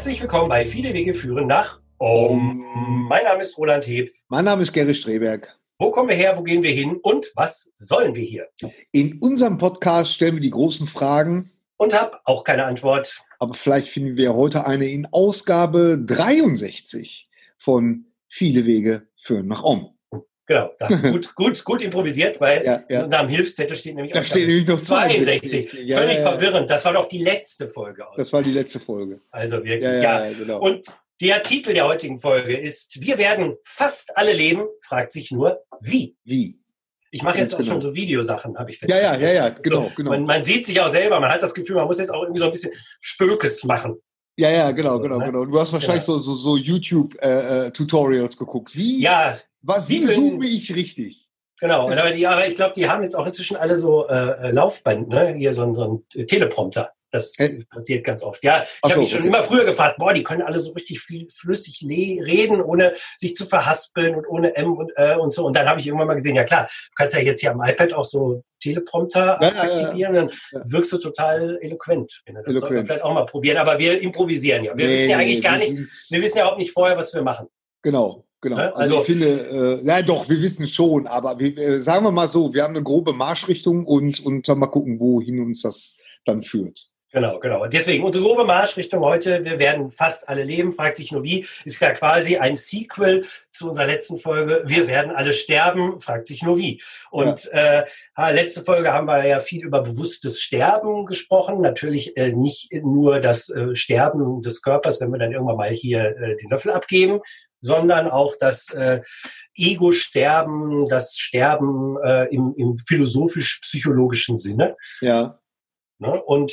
Herzlich willkommen bei Viele Wege führen nach Om. Mein Name ist Roland Heb. Mein Name ist Gerrit Streberg. Wo kommen wir her, wo gehen wir hin und was sollen wir hier? In unserem Podcast stellen wir die großen Fragen. Und habe auch keine Antwort. Aber vielleicht finden wir heute eine in Ausgabe 63 von Viele Wege führen nach Om. Genau, das ist gut improvisiert, weil in unserem Hilfszettel steht nämlich, da steht nämlich noch 62. Ja, Völlig verwirrend. Das war doch die letzte Folge. Das war die letzte Folge. Also wirklich, genau. Und der Titel der heutigen Folge ist: Wir werden fast alle leben, fragt sich nur, wie? Wie? Ich mache jetzt auch schon so Videosachen, habe ich festgestellt. Ja, genau. Man sieht sich auch selber, man hat das Gefühl, man muss jetzt auch irgendwie so ein bisschen Spökes machen. Ja, genau. Du hast wahrscheinlich so YouTube-Tutorials geguckt. Wie zoome ich richtig? Genau, aber ich glaube, die haben jetzt auch inzwischen alle so Laufband, ne? Hier so ein Teleprompter. Das passiert ganz oft. Ja, ich habe mich schon immer früher gefragt, die können alle so richtig viel flüssig reden, ohne sich zu verhaspeln und ohne M und und so. Und dann habe ich irgendwann mal gesehen, ja klar, du kannst ja jetzt hier am iPad auch so Teleprompter aktivieren, dann wirkst du total eloquent. Das sollten wir vielleicht auch mal probieren, aber wir improvisieren ja. Wir wissen ja eigentlich gar nicht, wir wissen ja überhaupt nicht vorher, was wir machen. Genau. Also ich finde, wir wissen schon, aber sagen wir mal so, wir haben eine grobe Marschrichtung und dann mal gucken, wohin uns das dann führt. Genau. Deswegen unsere grobe Marschrichtung heute: Wir werden fast alle leben, fragt sich nur wie, ist ja quasi ein Sequel zu unserer letzten Folge. Wir werden alle sterben, fragt sich nur wie. Und letzte Folge haben wir ja viel über bewusstes Sterben gesprochen. Natürlich nicht nur das Sterben des Körpers, wenn wir dann irgendwann mal hier den Löffel abgeben, sondern auch das Ego-Sterben, das Sterben im philosophisch-psychologischen Sinne. Ja. Ne? Und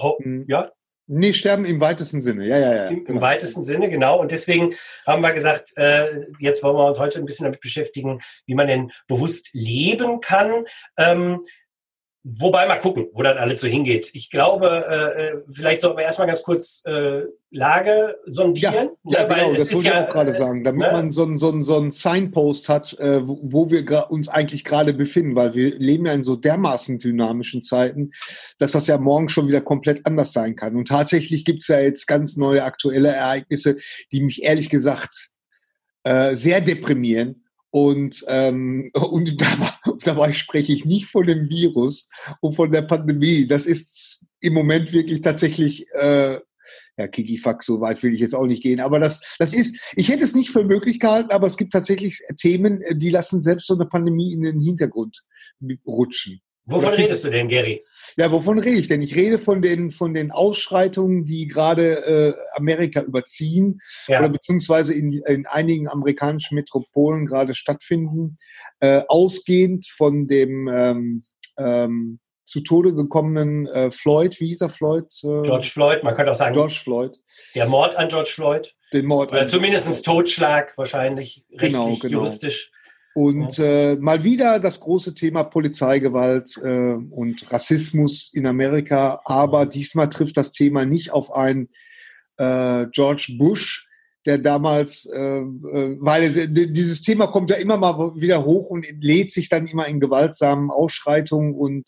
Nee, sterben im weitesten Sinne. Ja. Im weitesten Sinne, genau. Und deswegen haben wir gesagt, jetzt wollen wir uns heute ein bisschen damit beschäftigen, wie man denn bewusst leben kann. Wobei mal gucken, wo dann alles so hingeht. Ich glaube, vielleicht sollten wir erstmal ganz kurz Lage sondieren. Ja, genau, das wollte ich auch gerade sagen. Damit man so ein Signpost hat, wo wir uns eigentlich gerade befinden, weil wir leben ja in so dermaßen dynamischen Zeiten, dass das ja morgen schon wieder komplett anders sein kann. Und tatsächlich gibt es ja jetzt ganz neue aktuelle Ereignisse, die mich ehrlich gesagt sehr deprimieren. Und dabei spreche ich nicht von dem Virus und von der Pandemie. Das ist im Moment wirklich tatsächlich, Kikifax, so weit will ich jetzt auch nicht gehen. Aber das ist, ich hätte es nicht für möglich gehalten, aber es gibt tatsächlich Themen, die lassen selbst so eine Pandemie in den Hintergrund rutschen. Wovon redest du denn, Gary? Ja, wovon rede ich denn? Ich rede von den Ausschreitungen, die gerade Amerika überziehen oder beziehungsweise in einigen amerikanischen Metropolen gerade stattfinden, ausgehend von dem zu Tode gekommenen Floyd. Wie hieß er, Floyd? George Floyd, man könnte auch sagen. George Floyd. Der Mord an George Floyd. Den Mord oder zumindest Totschlag wahrscheinlich, rechtlich, juristisch. Und mal wieder das große Thema Polizeigewalt und Rassismus in Amerika. Aber diesmal trifft das Thema nicht auf einen George Bush, der damals, weil dieses Thema kommt ja immer mal wieder hoch und lädt sich dann immer in gewaltsamen Ausschreitungen. Und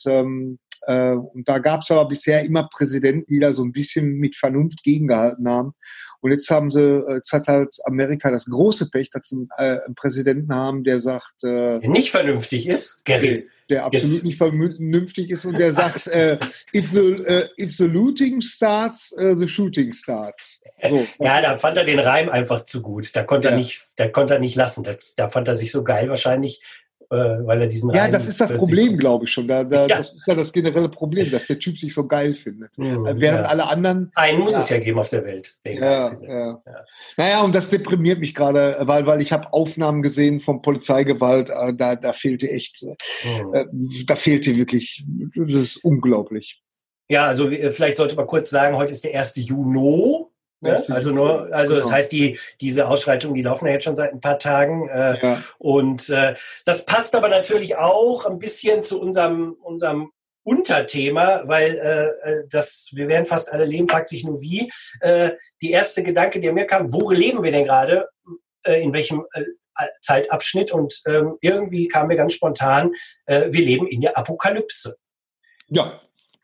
da gab es aber bisher immer Präsidenten, die da so ein bisschen mit Vernunft gegengehalten haben. Und jetzt hat halt Amerika das große Pech, dass sie einen Präsidenten haben, der sagt... der nicht vernünftig ist, Gary. Der absolut nicht vernünftig ist und der sagt, if the looting starts, the shooting starts. So, da fand er den Reim einfach zu gut. Da konnte er nicht lassen. Da fand er sich so geil wahrscheinlich, weil er diesen Reim... Ja, das ist das Problem, glaube ich schon. Das ist ja das generelle Problem, dass der Typ sich so geil findet. Während alle anderen... Einen muss es ja geben auf der Welt. Naja, und das deprimiert mich gerade, weil ich habe Aufnahmen gesehen von Polizeigewalt, da fehlte echt, da fehlte wirklich, das ist unglaublich. Ja, also vielleicht sollte man kurz sagen, heute ist der 1. Juni. Ne? Also das heißt, diese Ausschreitungen, die laufen ja jetzt schon seit ein paar Tagen. Und das passt aber natürlich auch ein bisschen zu unserem Unterthema, weil wir werden fast alle leben, fragt sich nur wie. Die erste Gedanke, der mir kam: Wo leben wir denn gerade? In welchem Zeitabschnitt? Und irgendwie kam mir ganz spontan, wir leben in der Apokalypse. Ja.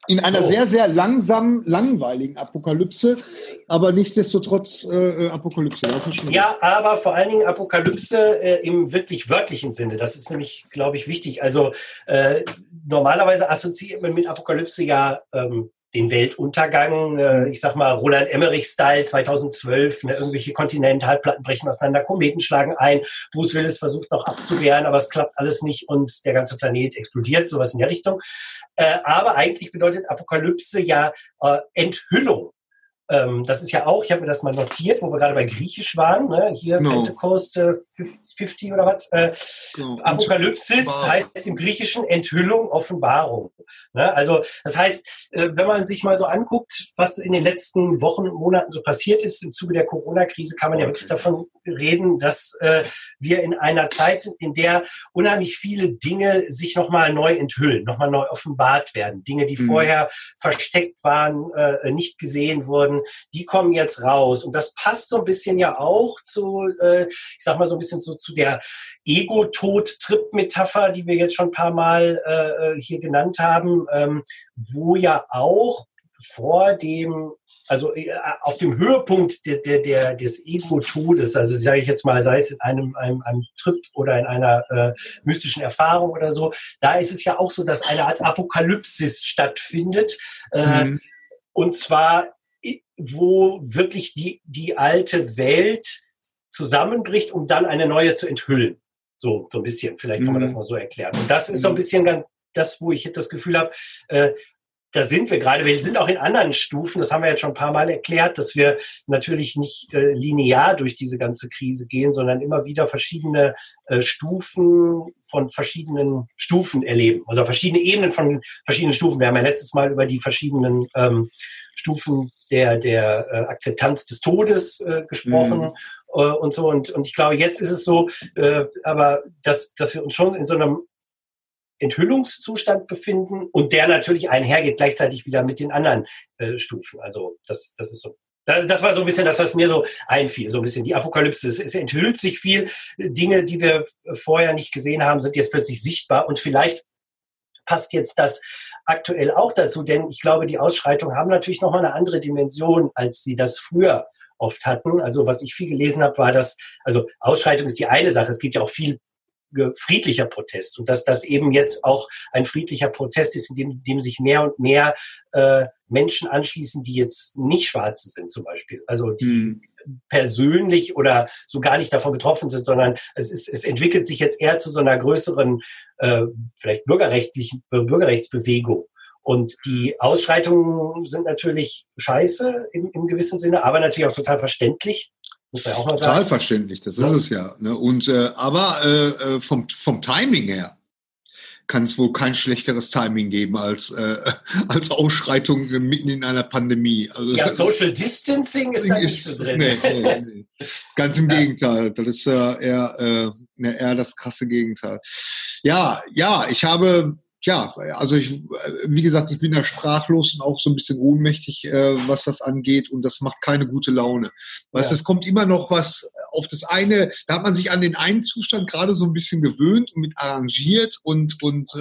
In einer sehr, sehr langsamen, langweiligen Apokalypse, aber nichtsdestotrotz Apokalypse. Das ist schon ja, aber vor allen Dingen Apokalypse im wirklich wörtlichen Sinne. Das ist nämlich, glaube ich, wichtig. Also normalerweise assoziiert man mit Apokalypse ja den Weltuntergang, ich sag mal Roland Emmerich-Style 2012, irgendwelche Kontinentalplatten brechen auseinander, Kometen schlagen ein, Bruce Willis versucht noch abzuwehren, aber es klappt alles nicht und der ganze Planet explodiert, sowas in der Richtung. Aber eigentlich bedeutet Apokalypse ja Enthüllung. Das ist ja auch, ich habe mir das mal notiert, wo wir gerade bei Griechisch waren, ne? Hier Pentecost 50 oder was. Apokalypsis heißt im Griechischen Enthüllung, Offenbarung. Ne? Also das heißt, wenn man sich mal so anguckt, was in den letzten Wochen und Monaten so passiert ist, im Zuge der Corona-Krise kann man ja wirklich davon reden, dass wir in einer Zeit sind, in der unheimlich viele Dinge sich nochmal neu enthüllen, nochmal neu offenbart werden. Dinge, die vorher versteckt waren, nicht gesehen wurden, die kommen jetzt raus. Und das passt so ein bisschen ja auch zu, ich sag mal so ein bisschen so zu der Ego-Tod-Trip-Metapher, die wir jetzt schon ein paar Mal hier genannt haben, wo ja auch vor dem, also auf dem Höhepunkt des Ego-Todes, also sage ich jetzt mal, sei es in einem Trip oder in einer mystischen Erfahrung oder so, da ist es ja auch so, dass eine Art Apokalypsis stattfindet. Und zwar, wo wirklich die alte Welt zusammenbricht, um dann eine neue zu enthüllen. So ein bisschen, vielleicht kann man das mal so erklären. Und das ist so ein bisschen ganz das, wo ich das Gefühl habe, da sind wir gerade. Wir sind auch in anderen Stufen, das haben wir jetzt schon ein paar Mal erklärt, dass wir natürlich nicht linear durch diese ganze Krise gehen, sondern immer wieder verschiedene Stufen von verschiedenen Stufen erleben. Also verschiedene Ebenen von verschiedenen Stufen. Wir haben ja letztes Mal über die verschiedenen Stufen der Akzeptanz des Todes gesprochen und so. Und ich glaube, jetzt ist es so, aber dass wir uns schon in so einem Enthüllungszustand befinden und der natürlich einhergeht gleichzeitig wieder mit den anderen Stufen. Also das ist so. Das war so ein bisschen das, was mir so einfiel. So ein bisschen die Apokalypse. Es enthüllt sich viel. Dinge, die wir vorher nicht gesehen haben, sind jetzt plötzlich sichtbar. Und vielleicht passt jetzt das aktuell auch dazu, denn ich glaube, die Ausschreitungen haben natürlich nochmal eine andere Dimension, als sie das früher oft hatten. Also was ich viel gelesen habe, war, dass, also Ausschreitung ist die eine Sache. Es gibt ja auch viel friedlicher Protest und dass das eben jetzt auch ein friedlicher Protest ist, in dem sich mehr und mehr Menschen anschließen, die jetzt nicht Schwarze sind zum Beispiel, also die persönlich oder so gar nicht davon betroffen sind, sondern es entwickelt sich jetzt eher zu so einer größeren vielleicht Bürgerrechtsbewegung. Und die Ausschreitungen sind natürlich scheiße im gewissen Sinne, aber natürlich auch total verständlich. Muss man auch mal sagen. Total verständlich, das ist es ja. Ne? Und aber vom Timing her kann es wohl kein schlechteres Timing geben als Ausschreitung mitten in einer Pandemie. Also, ja, Social Distancing ist da nicht so drin. Nee. Ganz im Gegenteil. Das ist eher das krasse Gegenteil. Ja, ich habe. Ja, also wie gesagt, ich bin da sprachlos und auch so ein bisschen ohnmächtig, was das angeht, und das macht keine gute Laune. Weißt du, es kommt immer noch was auf das eine, da hat man sich an den einen Zustand gerade so ein bisschen gewöhnt und mit arrangiert und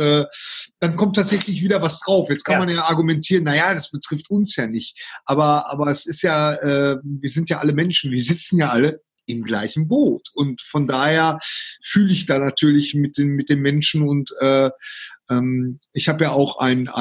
dann kommt tatsächlich wieder was drauf. Jetzt kann man ja argumentieren, naja, das betrifft uns ja nicht. Aber es ist ja, wir sind ja alle Menschen, wir sitzen ja alle im gleichen Boot. Und von daher fühle ich da natürlich mit den Menschen und ich habe ja auch ein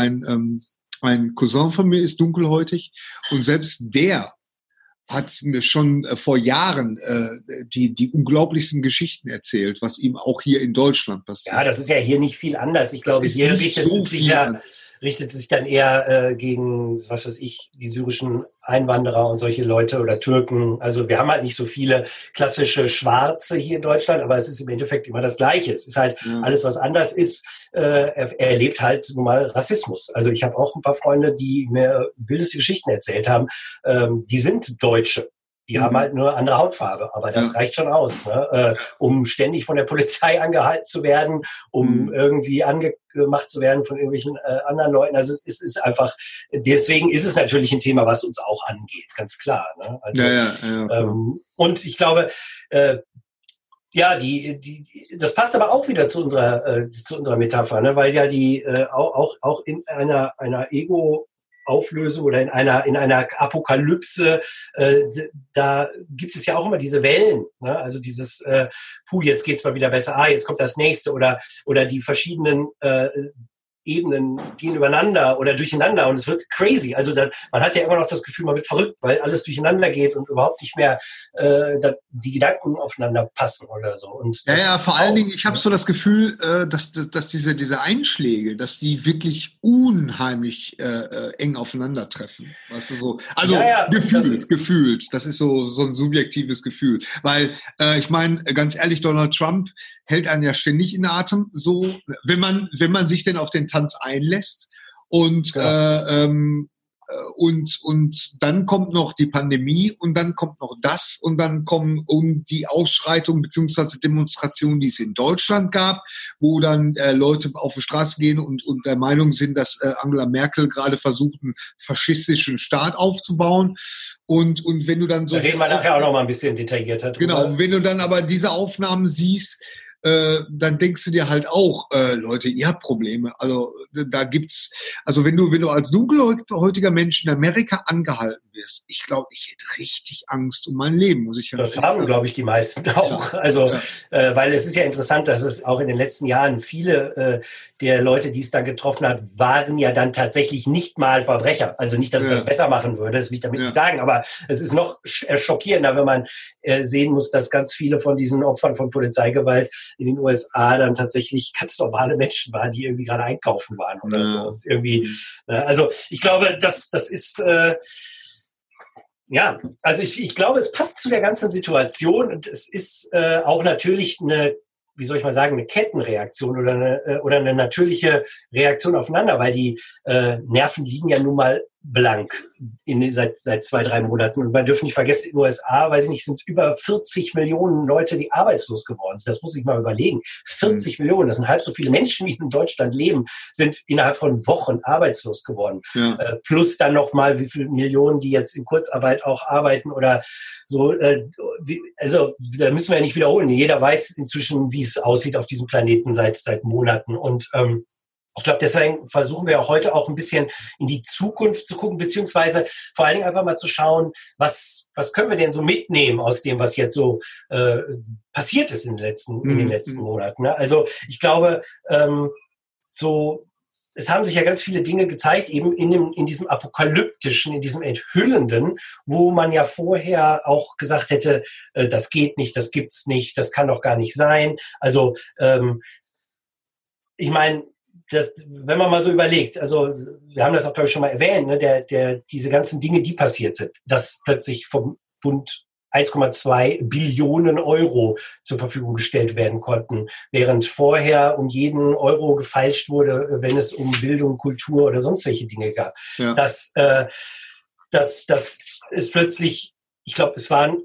Cousin von mir ist dunkelhäutig und selbst der hat mir schon vor Jahren die unglaublichsten Geschichten erzählt, was ihm auch hier in Deutschland passiert. Ja, das ist ja hier nicht viel anders. Ich glaube, hier richtet es sich dann eher gegen, was weiß ich, die syrischen Einwanderer und solche Leute oder Türken. Also wir haben halt nicht so viele klassische Schwarze hier in Deutschland, aber es ist im Endeffekt immer das Gleiche. Es ist halt alles, was anders ist. Er erlebt halt nun mal Rassismus. Also ich habe auch ein paar Freunde, die mir wildeste Geschichten erzählt haben. Die sind Deutsche. Die haben halt nur andere Hautfarbe, aber das reicht schon aus, ne? Um ständig von der Polizei angehalten zu werden, um irgendwie angemacht zu werden von irgendwelchen anderen Leuten. Also es ist einfach, deswegen ist es natürlich ein Thema, was uns auch angeht, ganz klar. Ne? Also, und ich glaube, Ja, das passt aber auch wieder zu unserer Metapher, ne? Weil ja die auch in einer Ego-Auflösung oder in einer Apokalypse, da gibt es ja auch immer diese Wellen, ne? Also dieses jetzt geht's mal wieder besser, jetzt kommt das nächste oder die verschiedenen Ebenen gehen übereinander oder durcheinander und es wird crazy. Also man hat ja immer noch das Gefühl, man wird verrückt, weil alles durcheinander geht und überhaupt nicht mehr die Gedanken aufeinander passen oder so. Und vor allen Dingen, ich habe so das Gefühl, dass diese Einschläge, dass die wirklich unheimlich eng aufeinandertreffen. Weißt du, so. Also gefühlt. Das ist so ein subjektives Gefühl. Weil, ich meine, ganz ehrlich, Donald Trump hält einen ja ständig in Atem, so, wenn man sich denn auf den Tanz einlässt. Und dann kommt noch die Pandemie und dann kommt noch das und dann kommen die Ausschreitungen beziehungsweise Demonstrationen, die es in Deutschland gab, wo dann Leute auf die Straße gehen und der Meinung sind, dass Angela Merkel gerade versucht, einen faschistischen Staat aufzubauen. Und wenn du dann so... Da reden wir nachher auch noch mal ein bisschen detaillierter drüber. Genau, wenn du dann aber diese Aufnahmen siehst, dann denkst du dir halt auch, Leute, ihr habt Probleme. Also da gibt's, also wenn du als dunkelhäutiger Mensch in Amerika angehalten wirst, ich glaube, ich hätte richtig Angst um mein Leben, muss ich Das haben, glaube ich, die meisten auch. Ja. Also, weil es ist ja interessant, dass es auch in den letzten Jahren viele der Leute, die es dann getroffen hat, waren ja dann tatsächlich nicht mal Verbrecher. Also nicht, dass es das besser machen würde, das will ich damit nicht sagen, aber es ist noch schockierender, wenn man sehen muss, dass ganz viele von diesen Opfern von Polizeigewalt in den USA dann tatsächlich ganz normale Menschen waren, die irgendwie gerade einkaufen waren oder so. Und irgendwie, also ich glaube, das ist also ich glaube, es passt zu der ganzen Situation und es ist auch natürlich eine, wie soll ich mal sagen, eine Kettenreaktion oder eine natürliche Reaktion aufeinander, weil die Nerven liegen ja nun mal blank seit 2-3 Monaten. Und man dürfen nicht vergessen, in den USA, weiß ich nicht, sind über 40 Millionen Leute, die arbeitslos geworden sind. Das muss ich mal überlegen. 40 Millionen, das sind halb so viele Menschen, wie in Deutschland leben, sind innerhalb von Wochen arbeitslos geworden. Ja. Plus dann nochmal, wie viele Millionen, die jetzt in Kurzarbeit auch arbeiten oder so. Also da müssen wir ja nicht wiederholen. Jeder weiß inzwischen, wie es aussieht auf diesem Planeten seit Monaten. Und ich glaube, deswegen versuchen wir auch heute auch ein bisschen in die Zukunft zu gucken, beziehungsweise vor allen Dingen einfach mal zu schauen, was können wir denn so mitnehmen aus dem, was jetzt so passiert ist in den letzten Monaten. Ne? Also ich glaube, es haben sich ja ganz viele Dinge gezeigt, eben in diesem apokalyptischen, in diesem enthüllenden, wo man ja vorher auch gesagt hätte, das geht nicht, das gibt's nicht, das kann doch gar nicht sein. Also ich meine, wenn man mal so überlegt, also wir haben das auch, glaube ich, schon mal erwähnt, ne, diese ganzen Dinge, die passiert sind, dass plötzlich vom Bund 1,2 Billionen Euro zur Verfügung gestellt werden konnten, während vorher um jeden Euro gefeilscht wurde, wenn es um Bildung, Kultur oder sonst welche Dinge gab. Ja. Das ist plötzlich, ich glaube, es waren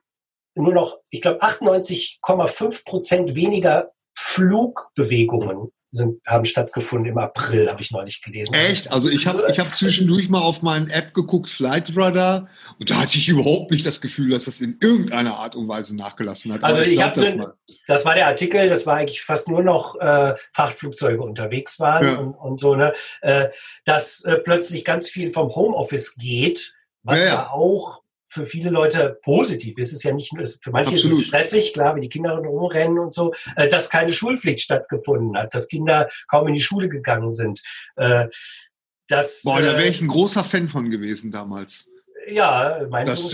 98,5% weniger Flugbewegungen haben stattgefunden im April, habe ich neulich gelesen. Echt? Also ich hab zwischendurch mal auf meinen App geguckt, Flightradar, und da hatte ich überhaupt nicht das Gefühl, dass das in irgendeiner Art und Weise nachgelassen hat. Also das war der Artikel, das war eigentlich fast nur noch Frachtflugzeuge unterwegs waren und so, ne, dass plötzlich ganz viel vom Homeoffice geht, was ja auch für viele Leute positiv ist. Es ist ja nicht nur, für manche Absolut. Ist es stressig, klar, wie die Kinder rumrennen und so, dass keine Schulpflicht stattgefunden hat, dass Kinder kaum in die Schule gegangen sind. Da wäre ich ein großer Fan von gewesen damals. Ja,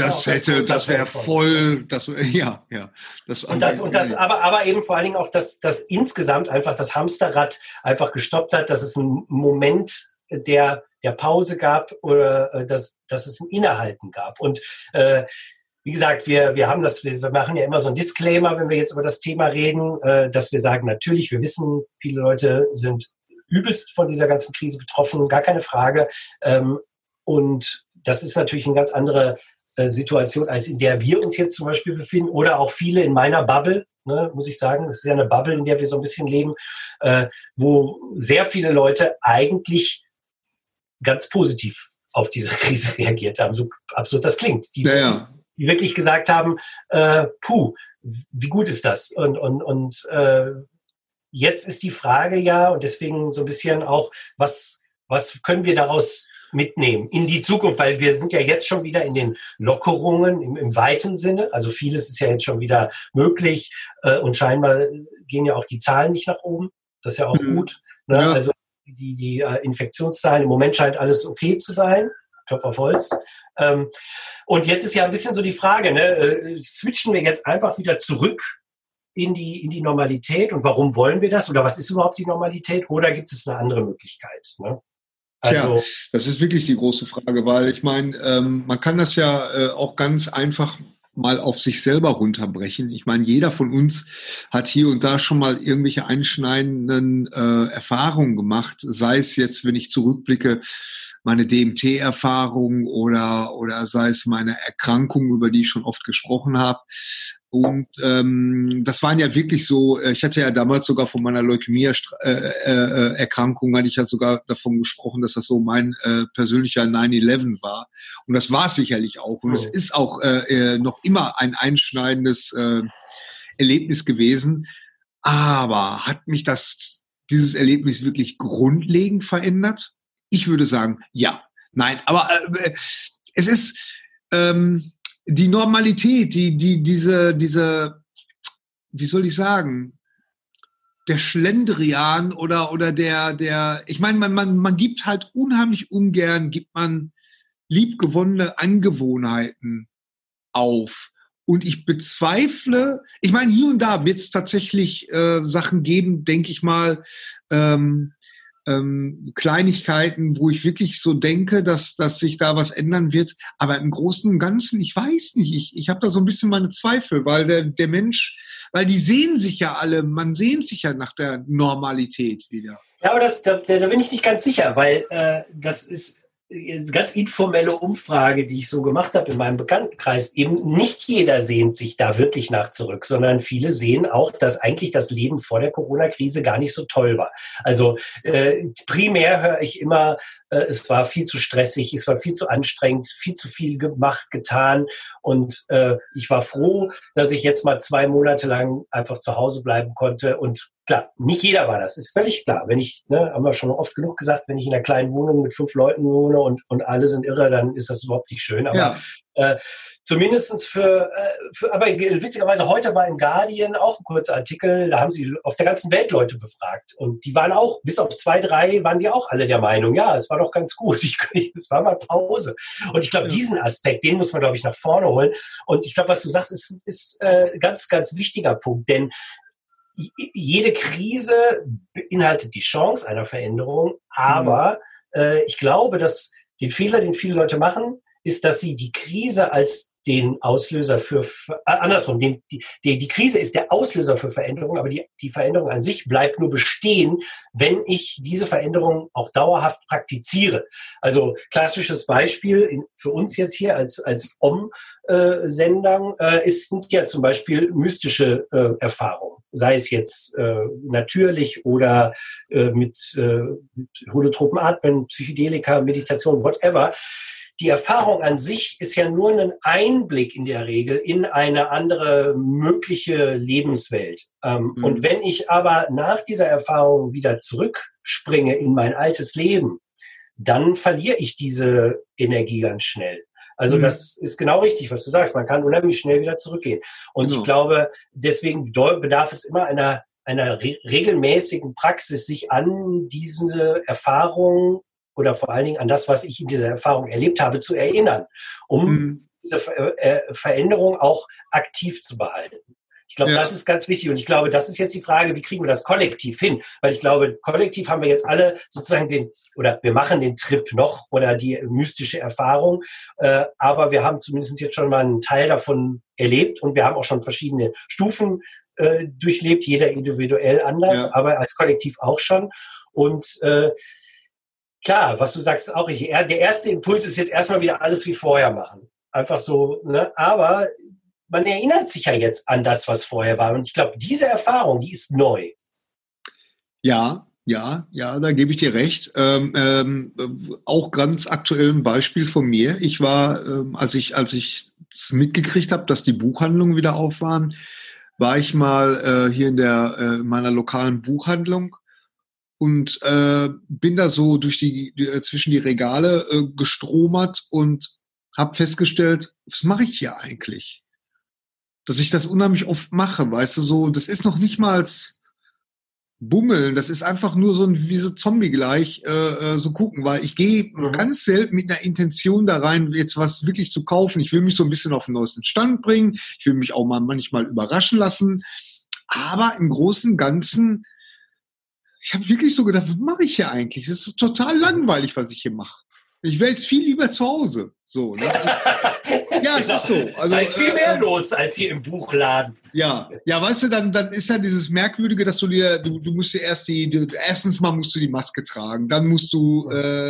aber eben vor allen Dingen auch, dass insgesamt einfach das Hamsterrad einfach gestoppt hat, dass es einen Moment der Pause gab oder dass es ein Innehalten gab. Und wie gesagt, wir machen ja immer so einen Disclaimer, wenn wir jetzt über das Thema reden, dass wir sagen, natürlich, wir wissen, viele Leute sind übelst von dieser ganzen Krise betroffen, gar keine Frage. Und das ist natürlich eine ganz andere Situation, als in der wir uns jetzt zum Beispiel befinden oder auch viele in meiner Bubble, ne, muss ich sagen. Das ist ja eine Bubble, in der wir so ein bisschen leben, wo sehr viele Leute eigentlich ganz positiv auf diese Krise reagiert haben. So absurd das klingt. Die wirklich gesagt haben, wie gut ist das? Und jetzt ist die Frage ja, und deswegen so ein bisschen auch, was können wir daraus mitnehmen in die Zukunft, weil wir sind ja jetzt schon wieder in den Lockerungen im weiten Sinne. Also vieles ist ja jetzt schon wieder möglich und scheinbar gehen ja auch die Zahlen nicht nach oben. Das ist ja auch gut. Ne? Ja. Also die Infektionszahlen, im Moment scheint alles okay zu sein. Klopf auf Holz. Und jetzt ist ja ein bisschen so die Frage, ne? Switchen wir jetzt einfach wieder zurück in die Normalität und warum wollen wir das? Oder was ist überhaupt die Normalität? Oder gibt es eine andere Möglichkeit? Ne? Also, tja, das ist wirklich die große Frage, weil ich meine, man kann das ja auch ganz einfach mal auf sich selber runterbrechen. Ich meine, jeder von uns hat hier und da schon mal irgendwelche einschneidenden Erfahrungen gemacht, sei es jetzt, wenn ich zurückblicke, meine DMT-Erfahrung oder sei es meine Erkrankung, über die ich schon oft gesprochen habe. Und das waren ja wirklich so, ich hatte ja damals sogar von meiner Leukämie-Erkrankung, hatte ich ja sogar davon gesprochen, dass das so mein persönlicher 9/11 war. Und das war es sicherlich auch. Und es ist auch noch immer ein einschneidendes Erlebnis gewesen. Aber hat mich dieses Erlebnis wirklich grundlegend verändert? Ich würde sagen, ja. Nein, aber es ist die Normalität, diese, wie soll ich sagen, der Schlendrian oder der, ich meine, man gibt halt unheimlich ungern, gibt man liebgewonnene Angewohnheiten auf. Und ich bezweifle, ich meine, hier und da wird es tatsächlich Sachen geben, denke ich mal, Kleinigkeiten, wo ich wirklich so denke, dass sich da was ändern wird. Aber im Großen und Ganzen, ich weiß nicht, ich habe da so ein bisschen meine Zweifel, weil der Mensch, weil die sehen sich ja alle, man sehnt sich ja nach der Normalität wieder. Ja, aber da bin ich nicht ganz sicher, weil das ist eine ganz informelle Umfrage, die ich so gemacht habe in meinem Bekanntenkreis. Eben nicht jeder sehnt sich da wirklich nach zurück, sondern viele sehen auch, dass eigentlich das Leben vor der Corona-Krise gar nicht so toll war. Also primär höre ich immer, es war viel zu stressig, es war viel zu anstrengend, viel zu viel gemacht, getan. Und ich war froh, dass ich jetzt mal 2 Monate lang einfach zu Hause bleiben konnte. Und klar, nicht jeder war das, ist völlig klar. Wenn ich, haben wir schon oft genug gesagt, wenn ich in einer kleinen Wohnung mit 5 Leuten wohne und alle sind irre, dann ist das überhaupt nicht schön. Aber zumindestens aber witzigerweise heute war im Guardian auch ein kurzer Artikel, da haben sie auf der ganzen Welt Leute befragt. Und die waren auch, bis auf 2, 3, waren die auch alle der Meinung, ja, es war doch ganz gut, es war mal Pause. Und ich glaube, diesen Aspekt, den muss man, glaube ich, nach vorne holen. Und ich glaube, was du sagst, ist ganz, ganz wichtiger Punkt, denn jede Krise beinhaltet die Chance einer Veränderung, aber ich glaube, dass den Fehler, den viele Leute machen, ist, dass sie die Krise als den Auslöser andersrum, die Krise ist der Auslöser für Veränderung, aber die Veränderung an sich bleibt nur bestehen, wenn ich diese Veränderung auch dauerhaft praktiziere. Also klassisches Beispiel für uns jetzt hier als Om-Sendern sind ja zum Beispiel mystische Erfahrungen, sei es jetzt natürlich oder mit holotropen Atmen, Psychedelika, Meditation, whatever. Die Erfahrung an sich ist ja nur ein Einblick in der Regel in eine andere mögliche Lebenswelt. Und wenn ich aber nach dieser Erfahrung wieder zurückspringe in mein altes Leben, dann verliere ich diese Energie ganz schnell. Also das ist genau richtig, was du sagst. Man kann unheimlich schnell wieder zurückgehen. Und ich glaube, deswegen bedarf es immer einer regelmäßigen Praxis, sich an diese Erfahrung oder vor allen Dingen an das, was ich in dieser Erfahrung erlebt habe, zu erinnern, um diese Veränderung auch aktiv zu behalten. Ich glaube, das ist ganz wichtig. Und ich glaube, das ist jetzt die Frage, wie kriegen wir das kollektiv hin? Weil ich glaube, kollektiv haben wir jetzt alle sozusagen wir machen den Trip noch oder die mystische Erfahrung. Aber wir haben zumindest jetzt schon mal einen Teil davon erlebt und wir haben auch schon verschiedene Stufen durchlebt, jeder individuell anders, aber als Kollektiv auch schon. Und klar, was du sagst, auch richtig. Der erste Impuls ist jetzt erstmal wieder alles wie vorher machen. Einfach so, ne? Aber man erinnert sich ja jetzt an das, was vorher war. Und ich glaube, diese Erfahrung, die ist neu. Ja, da gebe ich dir recht. Auch ganz aktuell ein Beispiel von mir. Ich war, als ich es mitgekriegt habe, dass die Buchhandlungen wieder auf waren, war ich mal hier in meiner lokalen Buchhandlung und bin da so durch zwischen die Regale gestromert und habe festgestellt, was mache ich hier eigentlich? Dass ich das unheimlich oft mache, weißt du, so, das ist noch nicht mal Bummeln, das ist einfach nur so wie so Zombie gleich so gucken, weil ich gehe ganz selten mit einer Intention da rein, jetzt was wirklich zu kaufen. Ich will mich so ein bisschen auf den neuesten Stand bringen, ich will mich auch mal manchmal überraschen lassen, aber im Großen und Ganzen, ich habe wirklich so gedacht, was mache ich hier eigentlich? Das ist total langweilig, was ich hier mache. Ich wäre jetzt viel lieber zu Hause. So, ne? Ja, es ist so. Also, da ist viel mehr los als hier im Buchladen. Ja, weißt du, dann ist ja dieses Merkwürdige, dass du musst dir erstens mal musst du die Maske tragen, dann musst du,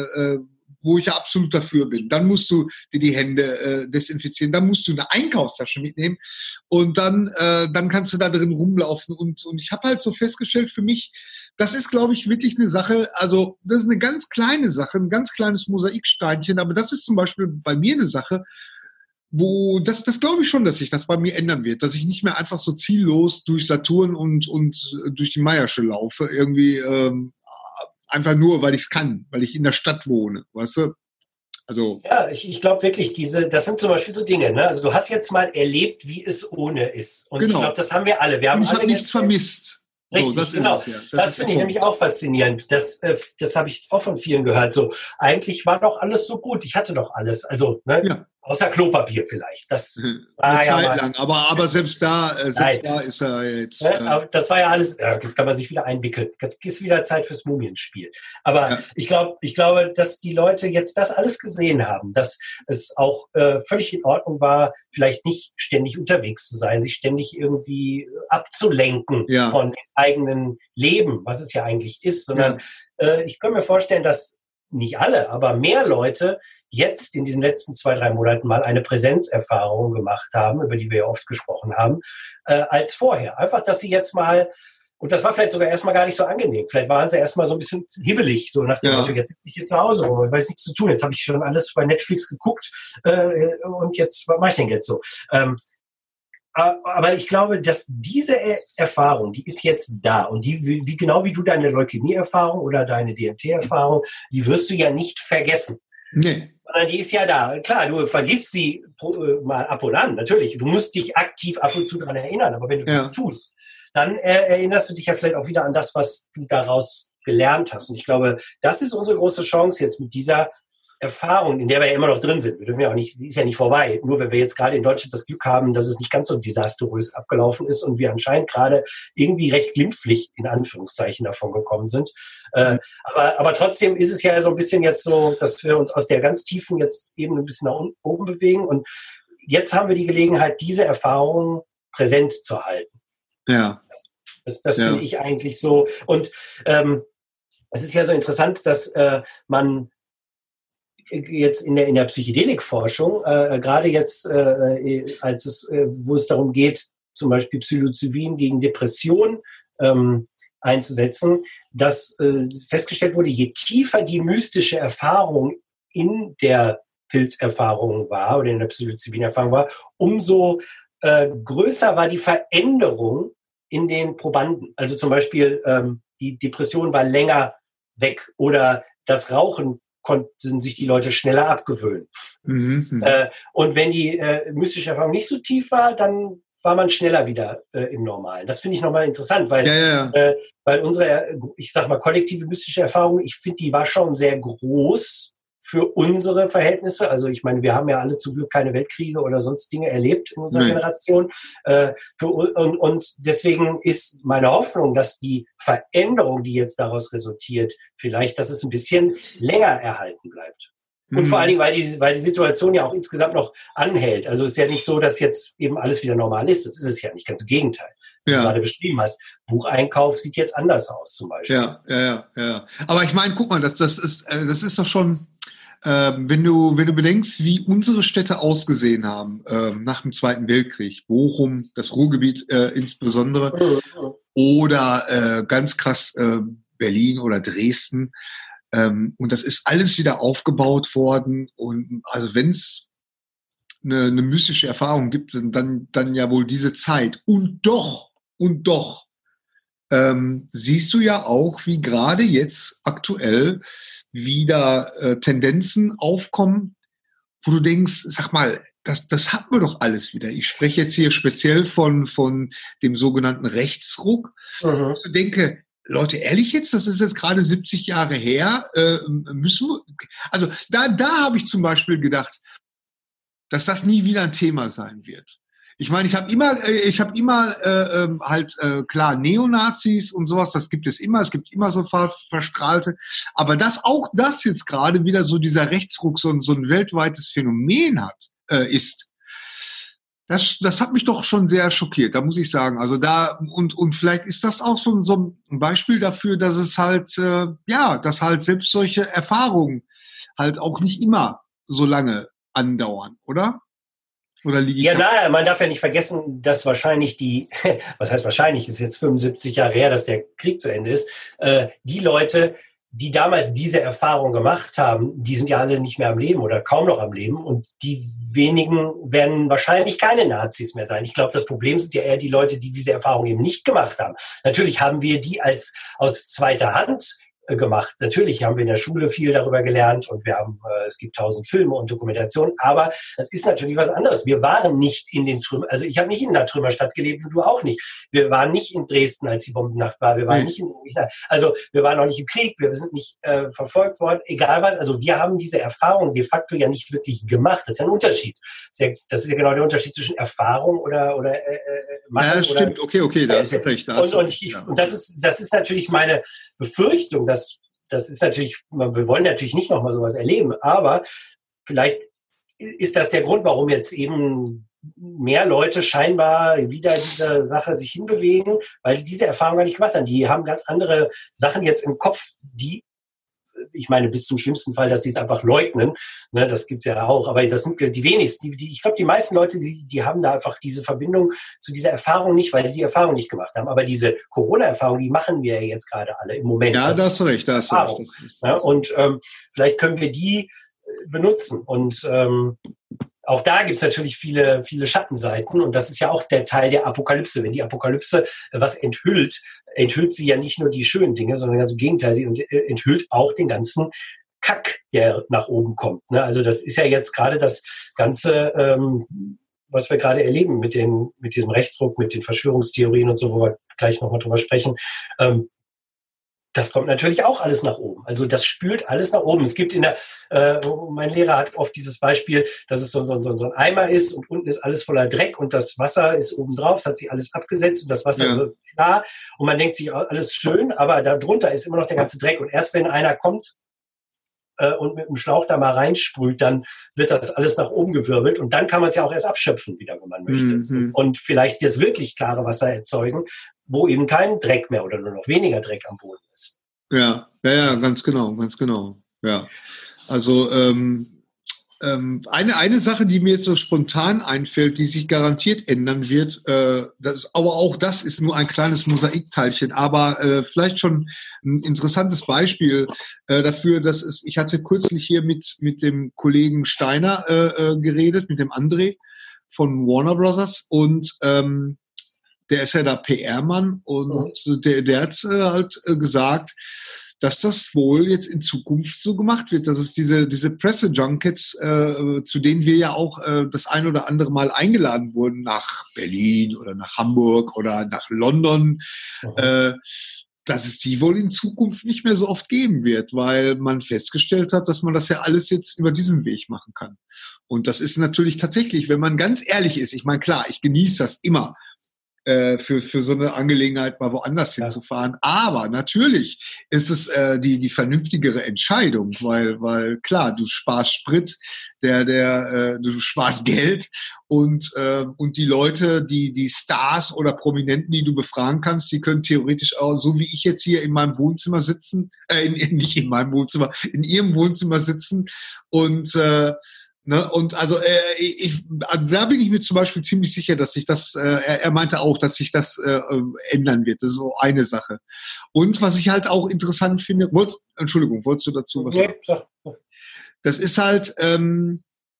wo ich ja absolut dafür bin, dann musst du dir die Hände desinfizieren, dann musst du eine Einkaufstasche mitnehmen und dann kannst du da drin rumlaufen und ich habe halt so festgestellt für mich, das ist, glaube ich, wirklich eine Sache, also das ist eine ganz kleine Sache, ein ganz kleines Mosaiksteinchen, aber das ist zum Beispiel bei mir eine Sache, wo das glaube ich schon, dass sich das bei mir ändern wird, dass ich nicht mehr einfach so ziellos durch Saturn und durch die Meiersche laufe, irgendwie einfach nur, weil ich es kann, weil ich in der Stadt wohne, weißt du? Also ja, ich glaube wirklich, das sind zum Beispiel so Dinge, ne? Also du hast jetzt mal erlebt, wie es ohne ist. Und genau. Ich glaube, das haben wir alle. Wir haben und ich habe nichts vermisst. Richtig, so, das genau. Ist es, ja. Das finde ich nämlich auch faszinierend. Das habe ich jetzt auch von vielen gehört. So, eigentlich war doch alles so gut. Ich hatte doch alles. Also, ne? Ja. Außer Klopapier vielleicht. Das war eine Zeit lang. Aber selbst da ist er jetzt. Aber das war ja alles. Ja, jetzt kann man sich wieder einwickeln. Jetzt ist wieder Zeit fürs Mumienspiel. Aber ich glaube, dass die Leute jetzt das alles gesehen haben, dass es auch völlig in Ordnung war, vielleicht nicht ständig unterwegs zu sein, sich ständig irgendwie abzulenken von dem eigenen Leben, was es ja eigentlich ist, sondern ich kann mir vorstellen, dass nicht alle, aber mehr Leute jetzt in diesen letzten 2-3 Monaten mal eine Präsenzerfahrung gemacht haben, über die wir ja oft gesprochen haben, als vorher. Einfach, dass sie jetzt mal, und das war vielleicht sogar erstmal gar nicht so angenehm, vielleicht waren sie erstmal so ein bisschen hibbelig, so nach dem Motto, jetzt sitze ich hier zu Hause, ich weiß nichts zu tun, jetzt habe ich schon alles bei Netflix geguckt und jetzt, was mache ich denn jetzt so? Aber ich glaube, dass diese Erfahrung, die ist jetzt da und die, genau wie du deine Leukämie-Erfahrung oder deine DMT-Erfahrung, die wirst du ja nicht vergessen. Nee. Sondern die ist ja da. Klar, du vergisst sie mal ab und an, natürlich. Du musst dich aktiv ab und zu daran erinnern, aber wenn du das tust, dann erinnerst du dich ja vielleicht auch wieder an das, was du daraus gelernt hast. Und ich glaube, das ist unsere große Chance jetzt mit dieser Erfahrung, in der wir ja immer noch drin sind. Wir dürfen ja auch nicht, die ist ja nicht vorbei. Nur wenn wir jetzt gerade in Deutschland das Glück haben, dass es nicht ganz so desaströs abgelaufen ist und wir anscheinend gerade irgendwie recht glimpflich in Anführungszeichen davon gekommen sind. Aber trotzdem ist es ja so ein bisschen jetzt so, dass wir uns aus der ganz tiefen jetzt eben ein bisschen nach oben bewegen. Und jetzt haben wir die Gelegenheit, diese Erfahrung präsent zu halten. Ja. Das finde ich eigentlich so. Und es ist ja so interessant, dass man jetzt in der Psychedelikforschung, gerade jetzt, wo es darum geht, zum Beispiel Psilocybin gegen Depression einzusetzen, dass festgestellt wurde, je tiefer die mystische Erfahrung in der Pilzerfahrung war oder in der Psilocybin-Erfahrung war, umso größer war die Veränderung in den Probanden. Also zum Beispiel die Depression war länger weg oder das Rauchen konnten sich die Leute schneller abgewöhnen. Und wenn die mystische Erfahrung nicht so tief war, dann war man schneller wieder im Normalen. Das finde ich nochmal interessant, weil, weil unsere, ich sag mal, kollektive mystische Erfahrung, ich finde, die war schon sehr groß für unsere Verhältnisse. Also ich meine, wir haben ja alle zum Glück keine Weltkriege oder sonst Dinge erlebt in unserer Generation. Und deswegen ist meine Hoffnung, dass die Veränderung, die jetzt daraus resultiert, vielleicht, dass es ein bisschen länger erhalten bleibt. Und vor allen Dingen, weil die Situation ja auch insgesamt noch anhält. Also es ist ja nicht so, dass jetzt eben alles wieder normal ist. Das ist es ja nicht, ganz im Gegenteil. Wie du gerade beschrieben hast. Bucheinkauf sieht jetzt anders aus zum Beispiel. Ja. Aber ich meine, guck mal, das ist doch schon, wenn du bedenkst, wie unsere Städte ausgesehen haben nach dem Zweiten Weltkrieg, Bochum, das Ruhrgebiet insbesondere, oder ganz krass Berlin oder Dresden, und das ist alles wieder aufgebaut worden. Und also wenn es eine mystische Erfahrung gibt, dann ja wohl diese Zeit. Und doch, siehst du ja auch, wie gerade jetzt aktuell wieder Tendenzen aufkommen, wo du denkst, sag mal, das hatten wir doch alles wieder. Ich spreche jetzt hier speziell von dem sogenannten Rechtsruck. Mhm. Ich denke, Leute, ehrlich jetzt, das ist jetzt gerade 70 Jahre her, müssen wir, also da habe ich zum Beispiel gedacht, dass das nie wieder ein Thema sein wird. Ich meine, ich habe immer klar, Neonazis und sowas, das gibt es immer so Verstrahlte, aber dass auch das jetzt gerade wieder so dieser Rechtsruck so ein weltweites Phänomen ist, das hat mich doch schon sehr schockiert, da muss ich sagen. Also und vielleicht ist das auch so ein Beispiel dafür, dass es halt, dass halt selbst solche Erfahrungen halt auch nicht immer so lange andauern, oder? Oder liege ich naja, man darf ja nicht vergessen, dass wahrscheinlich was heißt wahrscheinlich, ist jetzt 75 Jahre her, dass der Krieg zu Ende ist, die Leute, die damals diese Erfahrung gemacht haben, die sind ja alle nicht mehr am Leben oder kaum noch am Leben und die wenigen werden wahrscheinlich keine Nazis mehr sein. Ich glaube, das Problem sind ja eher die Leute, die diese Erfahrung eben nicht gemacht haben. Natürlich haben wir die aus zweiter Hand gemacht. Natürlich haben wir in der Schule viel darüber gelernt und es gibt 1000 Filme und Dokumentationen, aber es ist natürlich was anderes. Wir waren nicht in den Trümmern, also ich habe nicht in einer Trümmerstadt gelebt und du auch nicht. Wir waren nicht in Dresden, als die Bombennacht war. Wir waren wir waren noch nicht im Krieg, wir sind nicht verfolgt worden, egal was. Also wir haben diese Erfahrung de facto ja nicht wirklich gemacht. Das ist ja ein Unterschied. Das ist ja genau der Unterschied zwischen Erfahrung oder machen. Ja, stimmt. Okay, da hast du recht. Und das ist natürlich meine Befürchtung, das ist natürlich, wir wollen natürlich nicht nochmal sowas erleben, aber vielleicht ist das der Grund, warum jetzt eben mehr Leute scheinbar wieder diese Sache sich hinbewegen, weil sie diese Erfahrung gar nicht gemacht haben. Die haben ganz andere Sachen jetzt im Kopf, ich meine, bis zum schlimmsten Fall, dass sie es einfach leugnen. Ne, das gibt's ja auch. Aber das sind die wenigsten. Ich glaube, die meisten Leute, die haben da einfach diese Verbindung zu dieser Erfahrung nicht, weil sie die Erfahrung nicht gemacht haben. Aber diese Corona-Erfahrung, die machen wir ja jetzt gerade alle im Moment. Ja, da hast du recht. Ja, und vielleicht können wir die benutzen. Und auch da gibt's natürlich viele, viele Schattenseiten. Und das ist ja auch der Teil der Apokalypse. Wenn die Apokalypse was enthüllt sie ja nicht nur die schönen Dinge, sondern ganz im Gegenteil, sie enthüllt auch den ganzen Kack, der nach oben kommt. Ne? Also das ist ja jetzt gerade das Ganze, was wir gerade erleben mit diesem Rechtsruck, mit den Verschwörungstheorien und so, wo wir gleich nochmal drüber sprechen. Das kommt natürlich auch alles nach oben. Also das spült alles nach oben. Es gibt mein Lehrer hat oft dieses Beispiel, dass es so ein Eimer ist und unten ist alles voller Dreck und das Wasser ist oben drauf, es hat sich alles abgesetzt und das Wasser wird klar und man denkt sich, alles schön, aber darunter ist immer noch der ganze Dreck und erst wenn einer kommt und mit dem Schlauch da mal reinsprüht, dann wird das alles nach oben gewirbelt und dann kann man es ja auch erst abschöpfen wieder, wenn man möchte. Mhm. Und vielleicht das wirklich klare Wasser erzeugen, wo eben kein Dreck mehr oder nur noch weniger Dreck am Boden ist. Ja, ganz genau. Ja, also eine Sache, die mir jetzt so spontan einfällt, die sich garantiert ändern wird, aber auch das ist nur ein kleines Mosaikteilchen, aber vielleicht schon ein interessantes Beispiel dafür, ich hatte kürzlich hier mit dem Kollegen Steiner geredet, mit dem André von Warner Brothers und der ist ja da PR-Mann und der hat halt gesagt, dass das wohl jetzt in Zukunft so gemacht wird, dass es diese Presse-Junkets, zu denen wir ja auch das ein oder andere Mal eingeladen wurden, nach Berlin oder nach Hamburg oder nach London, dass es die wohl in Zukunft nicht mehr so oft geben wird, weil man festgestellt hat, dass man das ja alles jetzt über diesen Weg machen kann. Und das ist natürlich tatsächlich, wenn man ganz ehrlich ist, ich meine, klar, ich genieße das immer, für so eine Angelegenheit mal woanders hinzufahren. Aber natürlich ist es die vernünftigere Entscheidung, weil klar, du sparst Sprit, du sparst Geld und die Leute, die Stars oder Prominenten, die du befragen kannst, die können theoretisch auch, so wie ich jetzt hier in meinem Wohnzimmer sitzen, nicht in meinem Wohnzimmer, in ihrem Wohnzimmer sitzen und und also da bin ich mir zum Beispiel ziemlich sicher, dass sich das, er meinte auch, dass sich das ändern wird. Das ist so eine Sache. Und was ich halt auch interessant finde, Entschuldigung, wolltest du dazu was sagen? Das ist halt,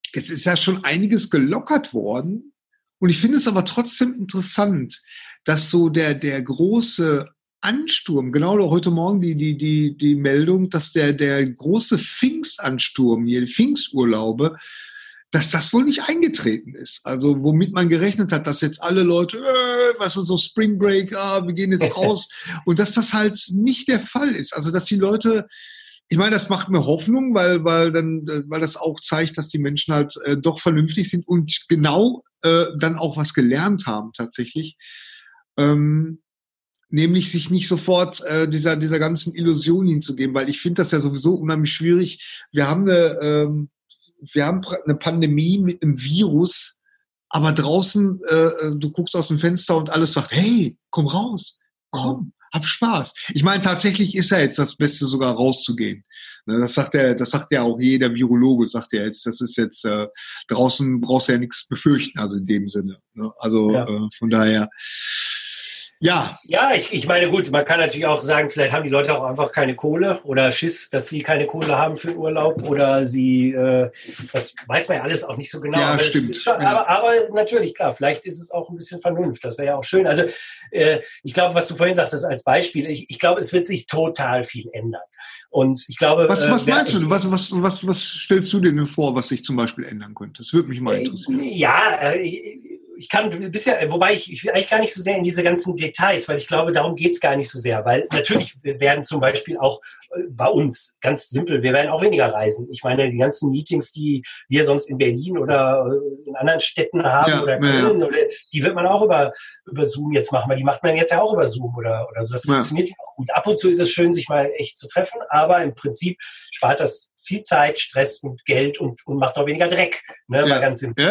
jetzt ist ja schon einiges gelockert worden. Und ich finde es aber trotzdem interessant, dass so der große Ansturm, genau heute Morgen die Meldung, dass der große Pfingstansturm hier, die Pfingsturlaube, dass das wohl nicht eingetreten ist. Also womit man gerechnet hat, dass jetzt alle Leute, was ist so Spring Break, wir gehen jetzt raus. Und dass das halt nicht der Fall ist. Also dass die Leute, ich meine, das macht mir Hoffnung, weil das auch zeigt, dass die Menschen halt doch vernünftig sind und genau dann auch was gelernt haben tatsächlich. Nämlich sich nicht sofort dieser ganzen Illusion hinzugeben, weil ich finde das ja sowieso unheimlich schwierig. Wir haben eine Pandemie mit einem Virus, aber draußen, du guckst aus dem Fenster und alles sagt, hey, komm raus, komm, hab Spaß. Ich meine, tatsächlich ist ja jetzt das Beste, sogar rauszugehen. Das sagt ja auch jeder Virologe, sagt ja jetzt, das ist jetzt, draußen brauchst du ja nichts befürchten, also in dem Sinne. Ne? Also von daher, ja. Ja, ich meine, gut, man kann natürlich auch sagen, vielleicht haben die Leute auch einfach keine Kohle oder Schiss, dass sie keine Kohle haben für den Urlaub oder sie, das weiß man ja alles auch nicht so genau. Ja, aber stimmt. Aber natürlich, klar, vielleicht ist es auch ein bisschen Vernunft, das wäre ja auch schön. Also ich glaube, was du vorhin sagtest als Beispiel, ich glaube, es wird sich total viel ändern. Und ich glaube... Was meinst du? Was stellst du dir denn vor, was sich zum Beispiel ändern könnte? Das würde mich mal interessieren. Ja, ich kann ein bisschen, wobei ich will eigentlich gar nicht so sehr in diese ganzen Details, weil ich glaube, darum geht's gar nicht so sehr. Weil natürlich werden zum Beispiel auch bei uns, ganz simpel, wir werden auch weniger reisen. Ich meine, die ganzen Meetings, die wir sonst in Berlin oder in anderen Städten haben oder Köln, oder die wird man auch über Zoom jetzt machen, weil die macht man jetzt ja auch über Zoom oder so. Das funktioniert ja auch gut. Ab und zu ist es schön, sich mal echt zu treffen, aber im Prinzip spart das viel Zeit, Stress und Geld und macht auch weniger Dreck. Ne, mal ganz simpel.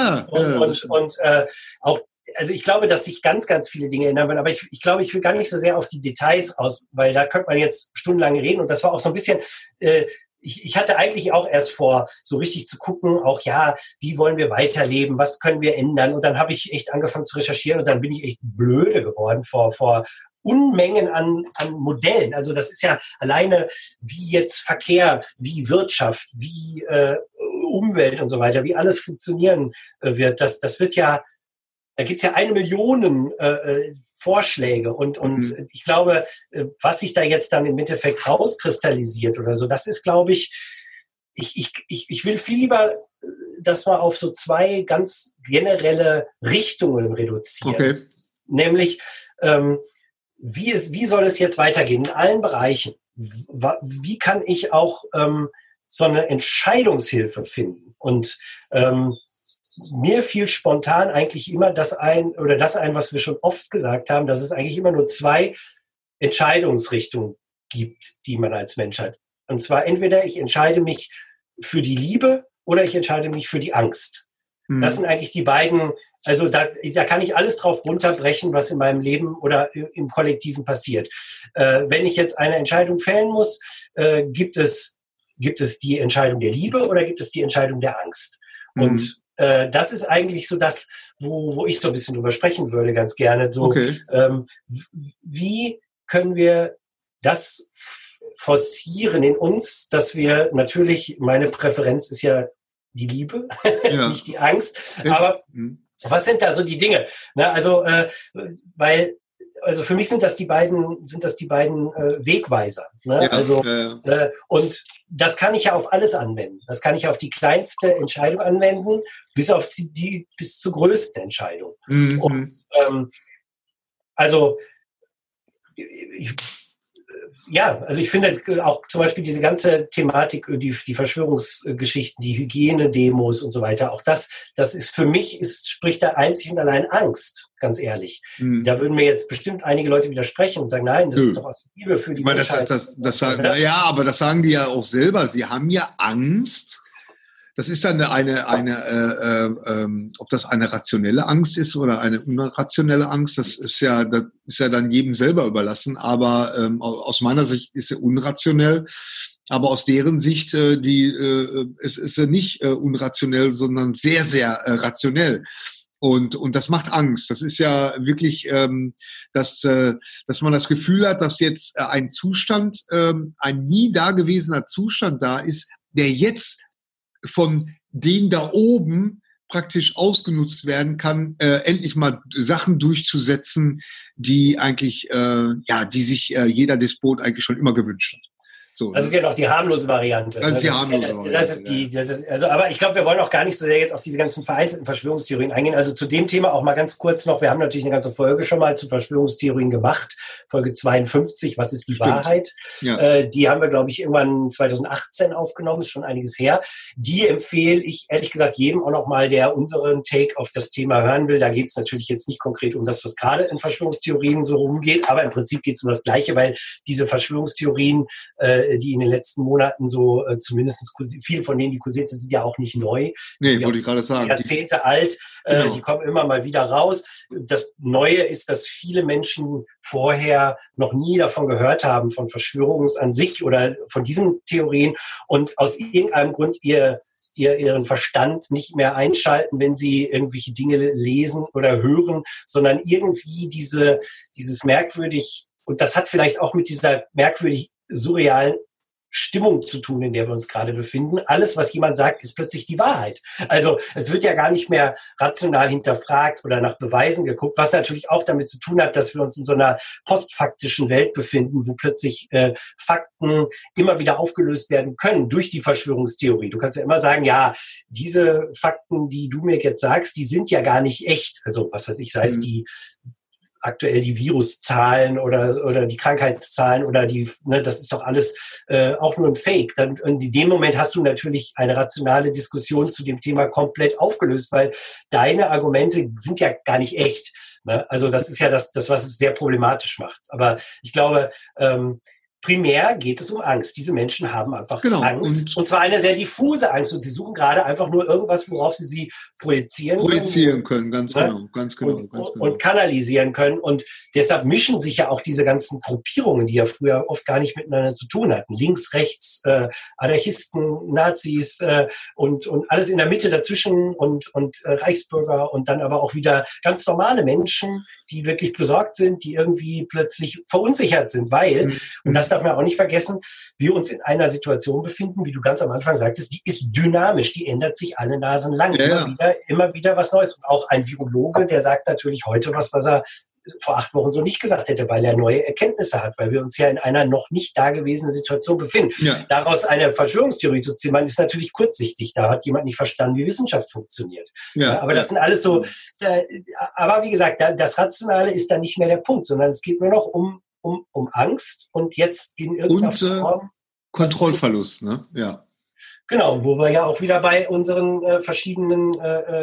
Und auch, also ich glaube, dass sich ganz, ganz viele Dinge ändern werden, aber ich glaube, ich will gar nicht so sehr auf die Details aus, weil da könnte man jetzt stundenlang reden und das war auch so ein bisschen, ich hatte eigentlich auch erst vor, so richtig zu gucken, auch wie wollen wir weiterleben, was können wir ändern und dann habe ich echt angefangen zu recherchieren und dann bin ich echt blöde geworden vor Unmengen an Modellen. Also das ist ja alleine wie jetzt Verkehr, wie Wirtschaft, wie Umwelt und so weiter, wie alles funktionieren wird. Das wird ja, da gibt's ja 1 Million Vorschläge und ich glaube, was sich da jetzt dann im Endeffekt rauskristallisiert oder so, das ist, glaube ich will viel lieber das mal auf so 2 ganz generelle Richtungen reduzieren. Okay. Nämlich, wie soll es jetzt weitergehen in allen Bereichen? Wie kann ich auch so eine Entscheidungshilfe finden? Und mir fiel spontan eigentlich immer das ein, was wir schon oft gesagt haben, dass es eigentlich immer nur 2 Entscheidungsrichtungen gibt, die man als Mensch hat. Und zwar entweder ich entscheide mich für die Liebe oder ich entscheide mich für die Angst. Das sind eigentlich die beiden, also da kann ich alles drauf runterbrechen, was in meinem Leben oder im Kollektiven passiert. Wenn ich jetzt eine Entscheidung fällen muss, gibt es die Entscheidung der Liebe oder gibt es die Entscheidung der Angst? Und das ist eigentlich so das, wo ich so ein bisschen drüber sprechen würde, ganz gerne. So, wie können wir das forcieren in uns, dass wir natürlich, meine Präferenz ist ja die Liebe, nicht die Angst. Aber was sind da so die Dinge? Na, also, also für mich sind das die beiden Wegweiser. Ne? Und das kann ich ja auf alles anwenden. Das kann ich auf die kleinste Entscheidung anwenden, bis auf bis zur größten Entscheidung. Und also ich finde auch zum Beispiel diese ganze Thematik, die Verschwörungsgeschichten, die Hygienedemos und so weiter, auch das ist für mich, spricht da einzig und allein Angst, ganz ehrlich. Da würden mir jetzt bestimmt einige Leute widersprechen und sagen, nein, das ist doch aus Liebe für die Menschheit. Aber das sagen die ja auch selber. Sie haben ja Angst. Das ist dann ob das eine rationelle Angst ist oder eine unrationelle Angst, das ist ja dann jedem selber überlassen. Aber aus meiner Sicht ist sie unrationell. Aber aus deren Sicht, es ist ja nicht unrationell, sondern sehr, sehr rationell. Und das macht Angst. Das ist ja wirklich, dass man das Gefühl hat, dass jetzt ein Zustand, ein nie dagewesener Zustand da ist, der jetzt von den da oben praktisch ausgenutzt werden kann, endlich mal Sachen durchzusetzen, die eigentlich, die sich jeder Despot eigentlich schon immer gewünscht hat. So, das ist ja noch die harmlose Variante. Das ist die harmlose Variante. Aber ich glaube, wir wollen auch gar nicht so sehr jetzt auf diese ganzen vereinzelten Verschwörungstheorien eingehen. Also zu dem Thema auch mal ganz kurz noch. Wir haben natürlich eine ganze Folge schon mal zu Verschwörungstheorien gemacht. Folge 52, was ist die Wahrheit? Ja. Die haben wir, glaube ich, irgendwann 2018 aufgenommen, ist schon einiges her. Die empfehle ich, ehrlich gesagt, jedem auch noch mal, der unseren Take auf das Thema hören will. Da geht es natürlich jetzt nicht konkret um das, was gerade in Verschwörungstheorien so rumgeht, aber im Prinzip geht es um das Gleiche, weil diese Verschwörungstheorien, die in den letzten Monaten so zumindest viele von denen, die kursiert sind ja auch nicht neu. Nee, wollte ich gerade sagen. Jahrzehnte alt, genau. Die kommen immer mal wieder raus. Das Neue ist, dass viele Menschen vorher noch nie davon gehört haben, von Verschwörungen an sich oder von diesen Theorien und aus irgendeinem Grund ihren Verstand nicht mehr einschalten, wenn sie irgendwelche Dinge lesen oder hören, sondern irgendwie dieses merkwürdig, und das hat vielleicht auch mit dieser merkwürdig surrealen Stimmung zu tun, in der wir uns gerade befinden. Alles, was jemand sagt, ist plötzlich die Wahrheit. Also es wird ja gar nicht mehr rational hinterfragt oder nach Beweisen geguckt, was natürlich auch damit zu tun hat, dass wir uns in so einer postfaktischen Welt befinden, wo plötzlich Fakten immer wieder aufgelöst werden können durch die Verschwörungstheorie. Du kannst ja immer sagen, ja, diese Fakten, die du mir jetzt sagst, die sind ja gar nicht echt. Also was weiß ich, sei es aktuell die Viruszahlen oder die Krankheitszahlen oder das ist doch alles auch nur ein Fake. Dann in dem Moment hast du natürlich eine rationale Diskussion zu dem Thema komplett aufgelöst, weil deine Argumente sind ja gar nicht echt. Ne? Also das ist ja das, was es sehr problematisch macht. Aber ich glaube, primär geht es um Angst. Diese Menschen haben einfach Angst. Und zwar eine sehr diffuse Angst. Und sie suchen gerade einfach nur irgendwas, worauf sie projizieren können. Ganz genau. Und kanalisieren können. Und deshalb mischen sich ja auch diese ganzen Gruppierungen, die ja früher oft gar nicht miteinander zu tun hatten. Links, rechts, Anarchisten, Nazis und alles in der Mitte dazwischen und Reichsbürger und dann aber auch wieder ganz normale Menschen, die wirklich besorgt sind, die irgendwie plötzlich verunsichert sind, weil, und das darf man auch nicht vergessen, wir uns in einer Situation befinden, wie du ganz am Anfang sagtest, die ist dynamisch, die ändert sich alle Nasen lang, immer wieder was Neues. Und auch ein Virologe, der sagt natürlich heute was er vor 8 Wochen so nicht gesagt hätte, weil er neue Erkenntnisse hat, weil wir uns ja in einer noch nicht dagewesenen Situation befinden. Ja. Daraus eine Verschwörungstheorie zu zimmern, ist natürlich kurzsichtig. Da hat jemand nicht verstanden, wie Wissenschaft funktioniert. Ja, aber das sind alles so, aber wie gesagt, das Rationale ist dann nicht mehr der Punkt, sondern es geht nur noch um Angst und jetzt in irgendeiner Form Kontrollverlust, ne? Ja. Genau, wo wir ja auch wieder bei unseren verschiedenen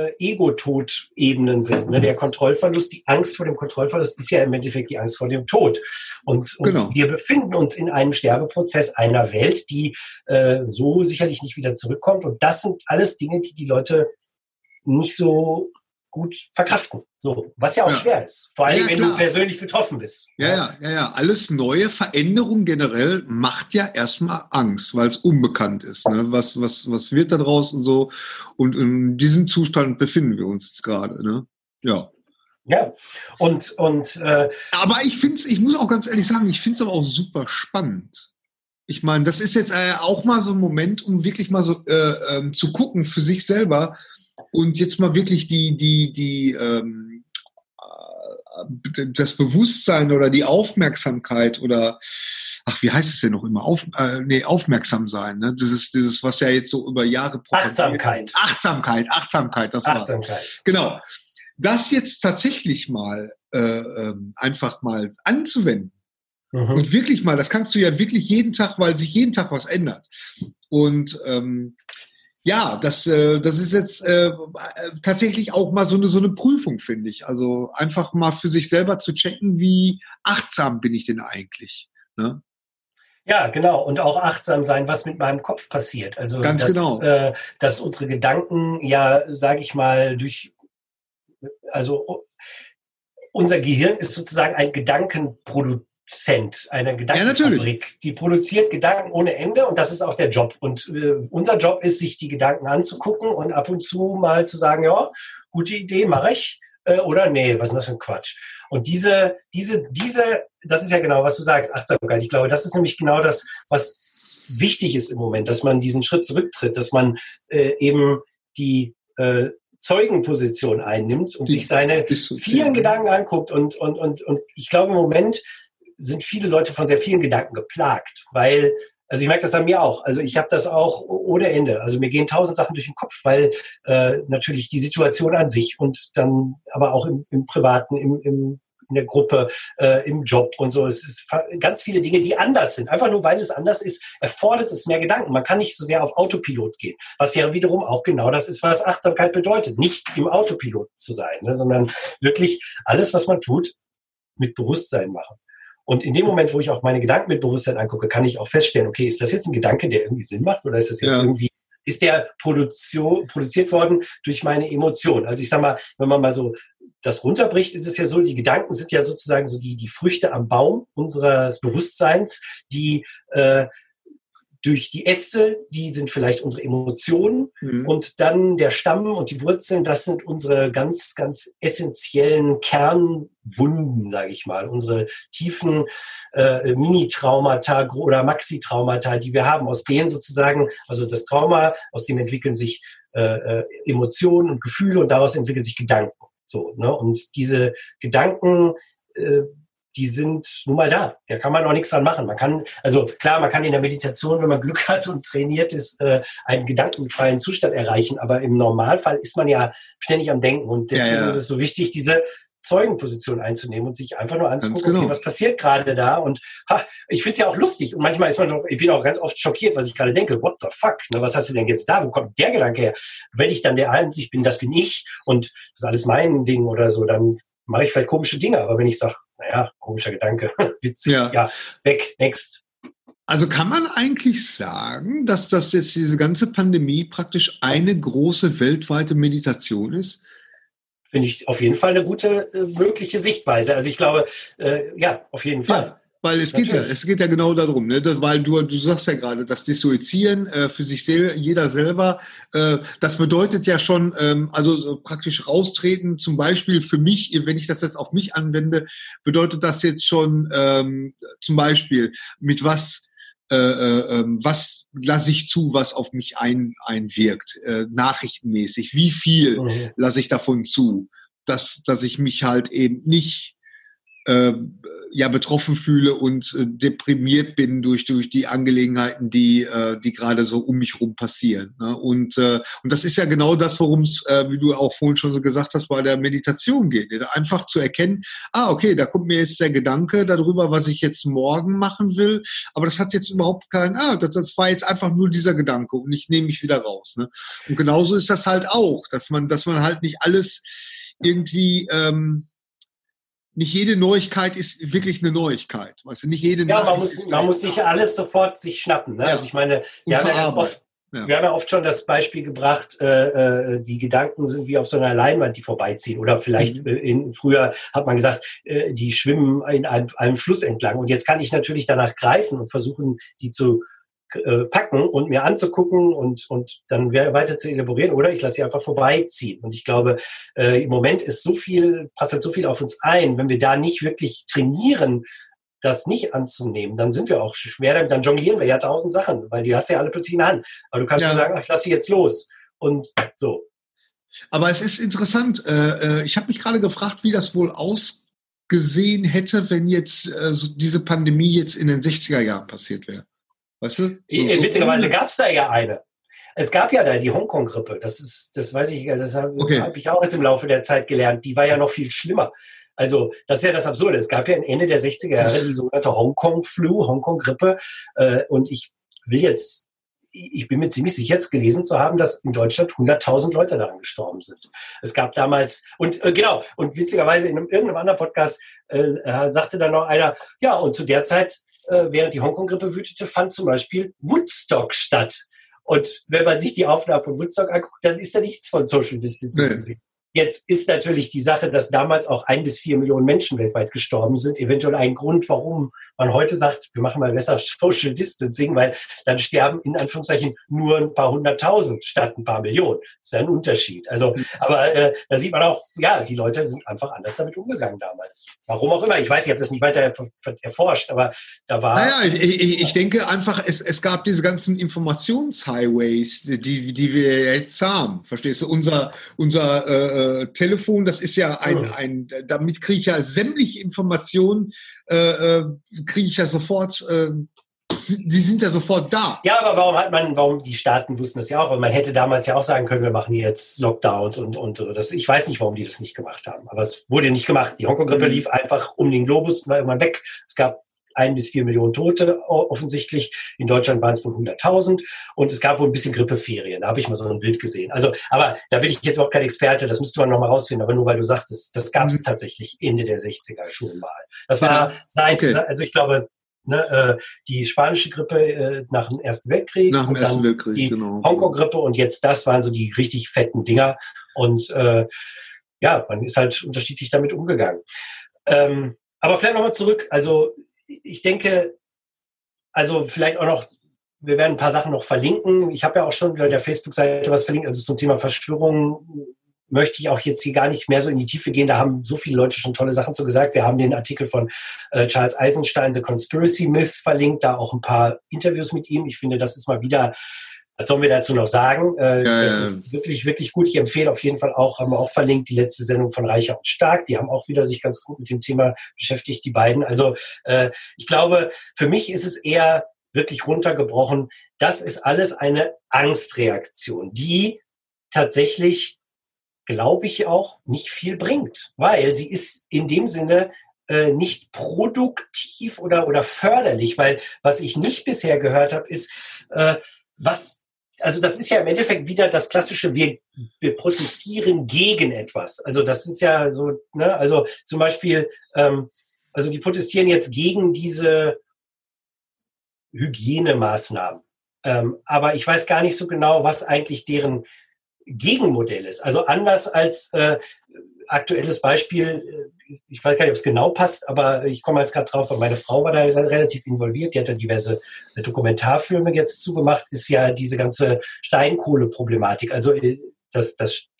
Ego-Tod-Ebenen sind. Ne? Der Kontrollverlust, die Angst vor dem Kontrollverlust ist ja im Endeffekt die Angst vor dem Tod. Und wir befinden uns in einem Sterbeprozess einer Welt, die so sicherlich nicht wieder zurückkommt. Und das sind alles Dinge, die Leute nicht so gut verkraften. So, was ja auch schwer ist. Vor allem, wenn du persönlich betroffen bist. Ja. Alles neue Veränderung generell macht ja erstmal Angst, weil es unbekannt ist. Ne? Was wird da draus und so? Und in diesem Zustand befinden wir uns jetzt gerade. Ne? Ja. Ja, und aber ich muss auch ganz ehrlich sagen, ich finde es aber auch super spannend. Ich meine, das ist jetzt auch mal so ein Moment, um wirklich mal so zu gucken für sich selber, und jetzt mal wirklich das Bewusstsein oder die Aufmerksamkeit oder, wie heißt es denn noch immer? Aufmerksam sein. Ne? Das ist dieses, was ja jetzt so über Jahre Achtsamkeit, das war's. Genau. Das jetzt tatsächlich mal einfach mal anzuwenden. Und wirklich mal, das kannst du ja wirklich jeden Tag, weil sich jeden Tag was ändert. Und das ist jetzt tatsächlich auch mal so eine Prüfung, finde ich. Also einfach mal für sich selber zu checken, wie achtsam bin ich denn eigentlich? Ne? Ja, genau. Und auch achtsam sein, was mit meinem Kopf passiert. Also dass unsere Gedanken sage ich mal, unser Gehirn ist sozusagen ein Gedankenproduzent, eine Gedankenfabrik. Ja, die produziert Gedanken ohne Ende und das ist auch der Job. Und unser Job ist, sich die Gedanken anzugucken und ab und zu mal zu sagen, ja, gute Idee, mache ich. Oder nee, was ist das für ein Quatsch? Und diese, das ist ja genau, was du sagst, Achtsamkeit. Ich glaube, das ist nämlich genau das, was wichtig ist im Moment, dass man diesen Schritt zurücktritt, dass man eben die Zeugenposition einnimmt und sich seine vielen Gedanken anguckt. Und ich glaube, im Moment sind viele Leute von sehr vielen Gedanken geplagt, weil, also ich merke das an mir auch. Also ich habe das auch ohne Ende. Also mir gehen 1000 Sachen durch den Kopf, weil natürlich die Situation an sich und dann aber auch im Privaten, in der Gruppe, im Job und so. Es ist ganz viele Dinge, die anders sind. Einfach nur, weil es anders ist, erfordert es mehr Gedanken. Man kann nicht so sehr auf Autopilot gehen, was ja wiederum auch genau das ist, was Achtsamkeit bedeutet. Nicht im Autopilot zu sein, ne, sondern wirklich alles, was man tut, mit Bewusstsein machen. Und in dem Moment, wo ich auch meine Gedanken mit Bewusstsein angucke, kann ich auch feststellen, okay, ist das jetzt ein Gedanke, der irgendwie Sinn macht oder ist das jetzt irgendwie, ist der produziert worden durch meine Emotionen? Also ich sag mal, wenn man mal so das runterbricht, ist es ja so, die Gedanken sind ja sozusagen so die Früchte am Baum unseres Bewusstseins, die durch die Äste, die sind vielleicht unsere Emotionen und dann der Stamm und die Wurzeln, das sind unsere ganz, ganz essentiellen Kernwunden, sage ich mal, unsere tiefen Mini-Traumata oder Maxi-Traumata, die wir haben, aus denen sozusagen, also das Trauma, aus dem entwickeln sich Emotionen und Gefühle und daraus entwickeln sich Gedanken. So, ne? Und diese Gedanken, die sind nun mal da. Da kann man auch nichts dran machen. Man kann, also klar, man kann in der Meditation, wenn man Glück hat und trainiert ist, einen gedankenfreien Zustand erreichen. Aber im Normalfall ist man ja ständig am Denken. Und deswegen ist es so wichtig, diese Zeugenposition einzunehmen und sich einfach nur anzugucken, okay, was passiert gerade da? Und ich finde es ja auch lustig. Und manchmal ist man doch, ich bin auch ganz oft schockiert, was ich gerade denke. What the fuck? Ne, was hast du denn jetzt da? Wo kommt der Gedanke her? Wenn ich dann der Einsicht bin, das bin ich und das ist alles mein Ding oder so, dann mache ich vielleicht komische Dinge. Aber wenn ich sage, naja, komischer Gedanke, witzig, ja, weg, next. Also kann man eigentlich sagen, dass das jetzt diese ganze Pandemie praktisch eine große weltweite Meditation ist? Finde ich auf jeden Fall eine gute mögliche Sichtweise. Also ich glaube, ja, auf jeden Fall. Ja, weil es geht ja genau darum, ne? Weil du sagst ja gerade, das Dissoziieren für sich jeder selber, das bedeutet ja schon, also so praktisch raustreten, zum Beispiel für mich, wenn ich das jetzt auf mich anwende, bedeutet das jetzt schon zum Beispiel mit was lasse ich zu, was auf mich einwirkt, nachrichtenmäßig, wie viel lasse ich davon zu, dass ich mich halt eben nicht betroffen fühle und deprimiert bin durch die Angelegenheiten, die gerade so um mich rum passieren. Ne? Und das ist ja genau das, worum es, wie du auch vorhin schon so gesagt hast, bei der Meditation geht. Einfach zu erkennen, okay, da kommt mir jetzt der Gedanke darüber, was ich jetzt morgen machen will, aber das hat jetzt überhaupt das war jetzt einfach nur dieser Gedanke und ich nehme mich wieder raus. Ne? Und genauso ist das halt auch, dass man halt nicht alles irgendwie nicht jede Neuigkeit ist wirklich eine Neuigkeit. Weißt du, nicht jede Nachricht man muss sich alles sofort sich schnappen. Ne? Ja. Also ich meine, wir haben ja oft schon das Beispiel gebracht, die Gedanken sind wie auf so einer Leinwand, die vorbeiziehen. Oder vielleicht früher hat man gesagt, die schwimmen in einem Fluss entlang. Und jetzt kann ich natürlich danach greifen und versuchen, die zu packen und mir anzugucken und dann weiter zu elaborieren, oder ich lasse sie einfach vorbeiziehen. Und ich glaube, im Moment prasselt so viel auf uns ein, wenn wir da nicht wirklich trainieren, das nicht anzunehmen, dann sind wir auch schwer damit, dann jonglieren wir ja 1000 Sachen, weil die hast ja alle plötzlich in der Hand. Aber du kannst ja sagen, ich lasse sie jetzt los. Und so. Aber es ist interessant, ich habe mich gerade gefragt, wie das wohl ausgesehen hätte, wenn jetzt diese Pandemie jetzt in den 60er Jahren passiert wäre. Weißt du? Witzigerweise gab es da ja eine. Es gab ja da die Hongkong-Grippe. Das weiß ich, das habe ich auch erst im Laufe der Zeit gelernt. Die war ja noch viel schlimmer. Also, das ist ja das Absurde. Es gab ja Ende der 60er Jahre die sogenannte Hongkong-Flu, Hongkong-Grippe. Und ich bin mir ziemlich sicher, jetzt gelesen zu haben, dass in Deutschland 100.000 Leute daran gestorben sind. Es gab damals, und witzigerweise in irgendeinem anderen Podcast sagte dann noch einer, ja, und zu der Zeit, während die Hongkong-Grippe wütete, fand zum Beispiel Woodstock statt. Und wenn man sich die Aufnahmen von Woodstock anguckt, dann ist da nichts von Social Distancing zu sehen. Jetzt ist natürlich die Sache, dass damals auch 1 bis 4 Millionen Menschen weltweit gestorben sind. Eventuell ein Grund, warum man heute sagt, wir machen mal besser Social Distancing, weil dann sterben in Anführungszeichen nur ein paar 100.000 statt ein paar Millionen. Das ist ja ein Unterschied. Also, aber da sieht man auch, ja, die Leute sind einfach anders damit umgegangen damals. Warum auch immer. Ich weiß, ich habe das nicht weiter erforscht, aber da war... Naja, ich denke einfach, es gab diese ganzen Informationshighways, die wir jetzt haben. Verstehst du? Unser Telefon, das ist ja damit kriege ich ja sämtliche Informationen, kriege ich ja sofort, die sind ja sofort da. Ja, aber warum die Staaten wussten das ja auch, und man hätte damals ja auch sagen können, wir machen jetzt Lockdowns und das. Ich weiß nicht, warum die das nicht gemacht haben, aber es wurde nicht gemacht. Die Hongkong-Grippe lief einfach um den Globus und war irgendwann weg. Es gab 1 bis 4 Millionen Tote offensichtlich. In Deutschland waren es wohl 100.000 und es gab wohl ein bisschen Grippeferien. Da habe ich mal so ein Bild gesehen. Also, aber da bin ich jetzt überhaupt kein Experte. Das müsste man noch mal rausfinden. Aber nur weil du sagtest, das gab es tatsächlich Ende der 60er schon mal. Das war also ich glaube, die spanische Grippe nach dem Ersten Weltkrieg. Nach dem Ersten Weltkrieg, die Hongkong-Grippe und jetzt das waren so die richtig fetten Dinger. Und man ist halt unterschiedlich damit umgegangen. Aber vielleicht nochmal zurück. Also ich denke, also vielleicht auch noch, wir werden ein paar Sachen noch verlinken. Ich habe ja auch schon bei der Facebook-Seite was verlinkt. Also zum Thema Verschwörung möchte ich auch jetzt hier gar nicht mehr so in die Tiefe gehen. Da haben so viele Leute schon tolle Sachen zu gesagt. Wir haben den Artikel von Charles Eisenstein, The Conspiracy Myth, verlinkt. Da auch ein paar Interviews mit ihm. Ich finde, das ist mal wieder... Was sollen wir dazu noch sagen? Das ist wirklich, wirklich gut. Ich empfehle auf jeden Fall auch, haben wir auch verlinkt, die letzte Sendung von Reicher und Stark. Die haben auch wieder sich ganz gut mit dem Thema beschäftigt, die beiden. Also ich glaube, für mich ist es eher wirklich runtergebrochen. Das ist alles eine Angstreaktion, die tatsächlich, glaube ich, auch nicht viel bringt, weil sie ist in dem Sinne nicht produktiv oder förderlich, weil was ich nicht bisher gehört habe, ist, also das ist ja im Endeffekt wieder das klassische, wir protestieren gegen etwas. Also das ist ja so, also zum Beispiel, also die protestieren jetzt gegen diese Hygienemaßnahmen. Aber ich weiß gar nicht so genau, was eigentlich deren Gegenmodell ist. Also anders als aktuelles Beispiel, ich weiß gar nicht, ob es genau passt, aber ich komme jetzt gerade drauf, weil meine Frau war da relativ involviert, die hat da diverse Dokumentarfilme jetzt zugemacht, ist ja diese ganze Steinkohle-Problematik. Also das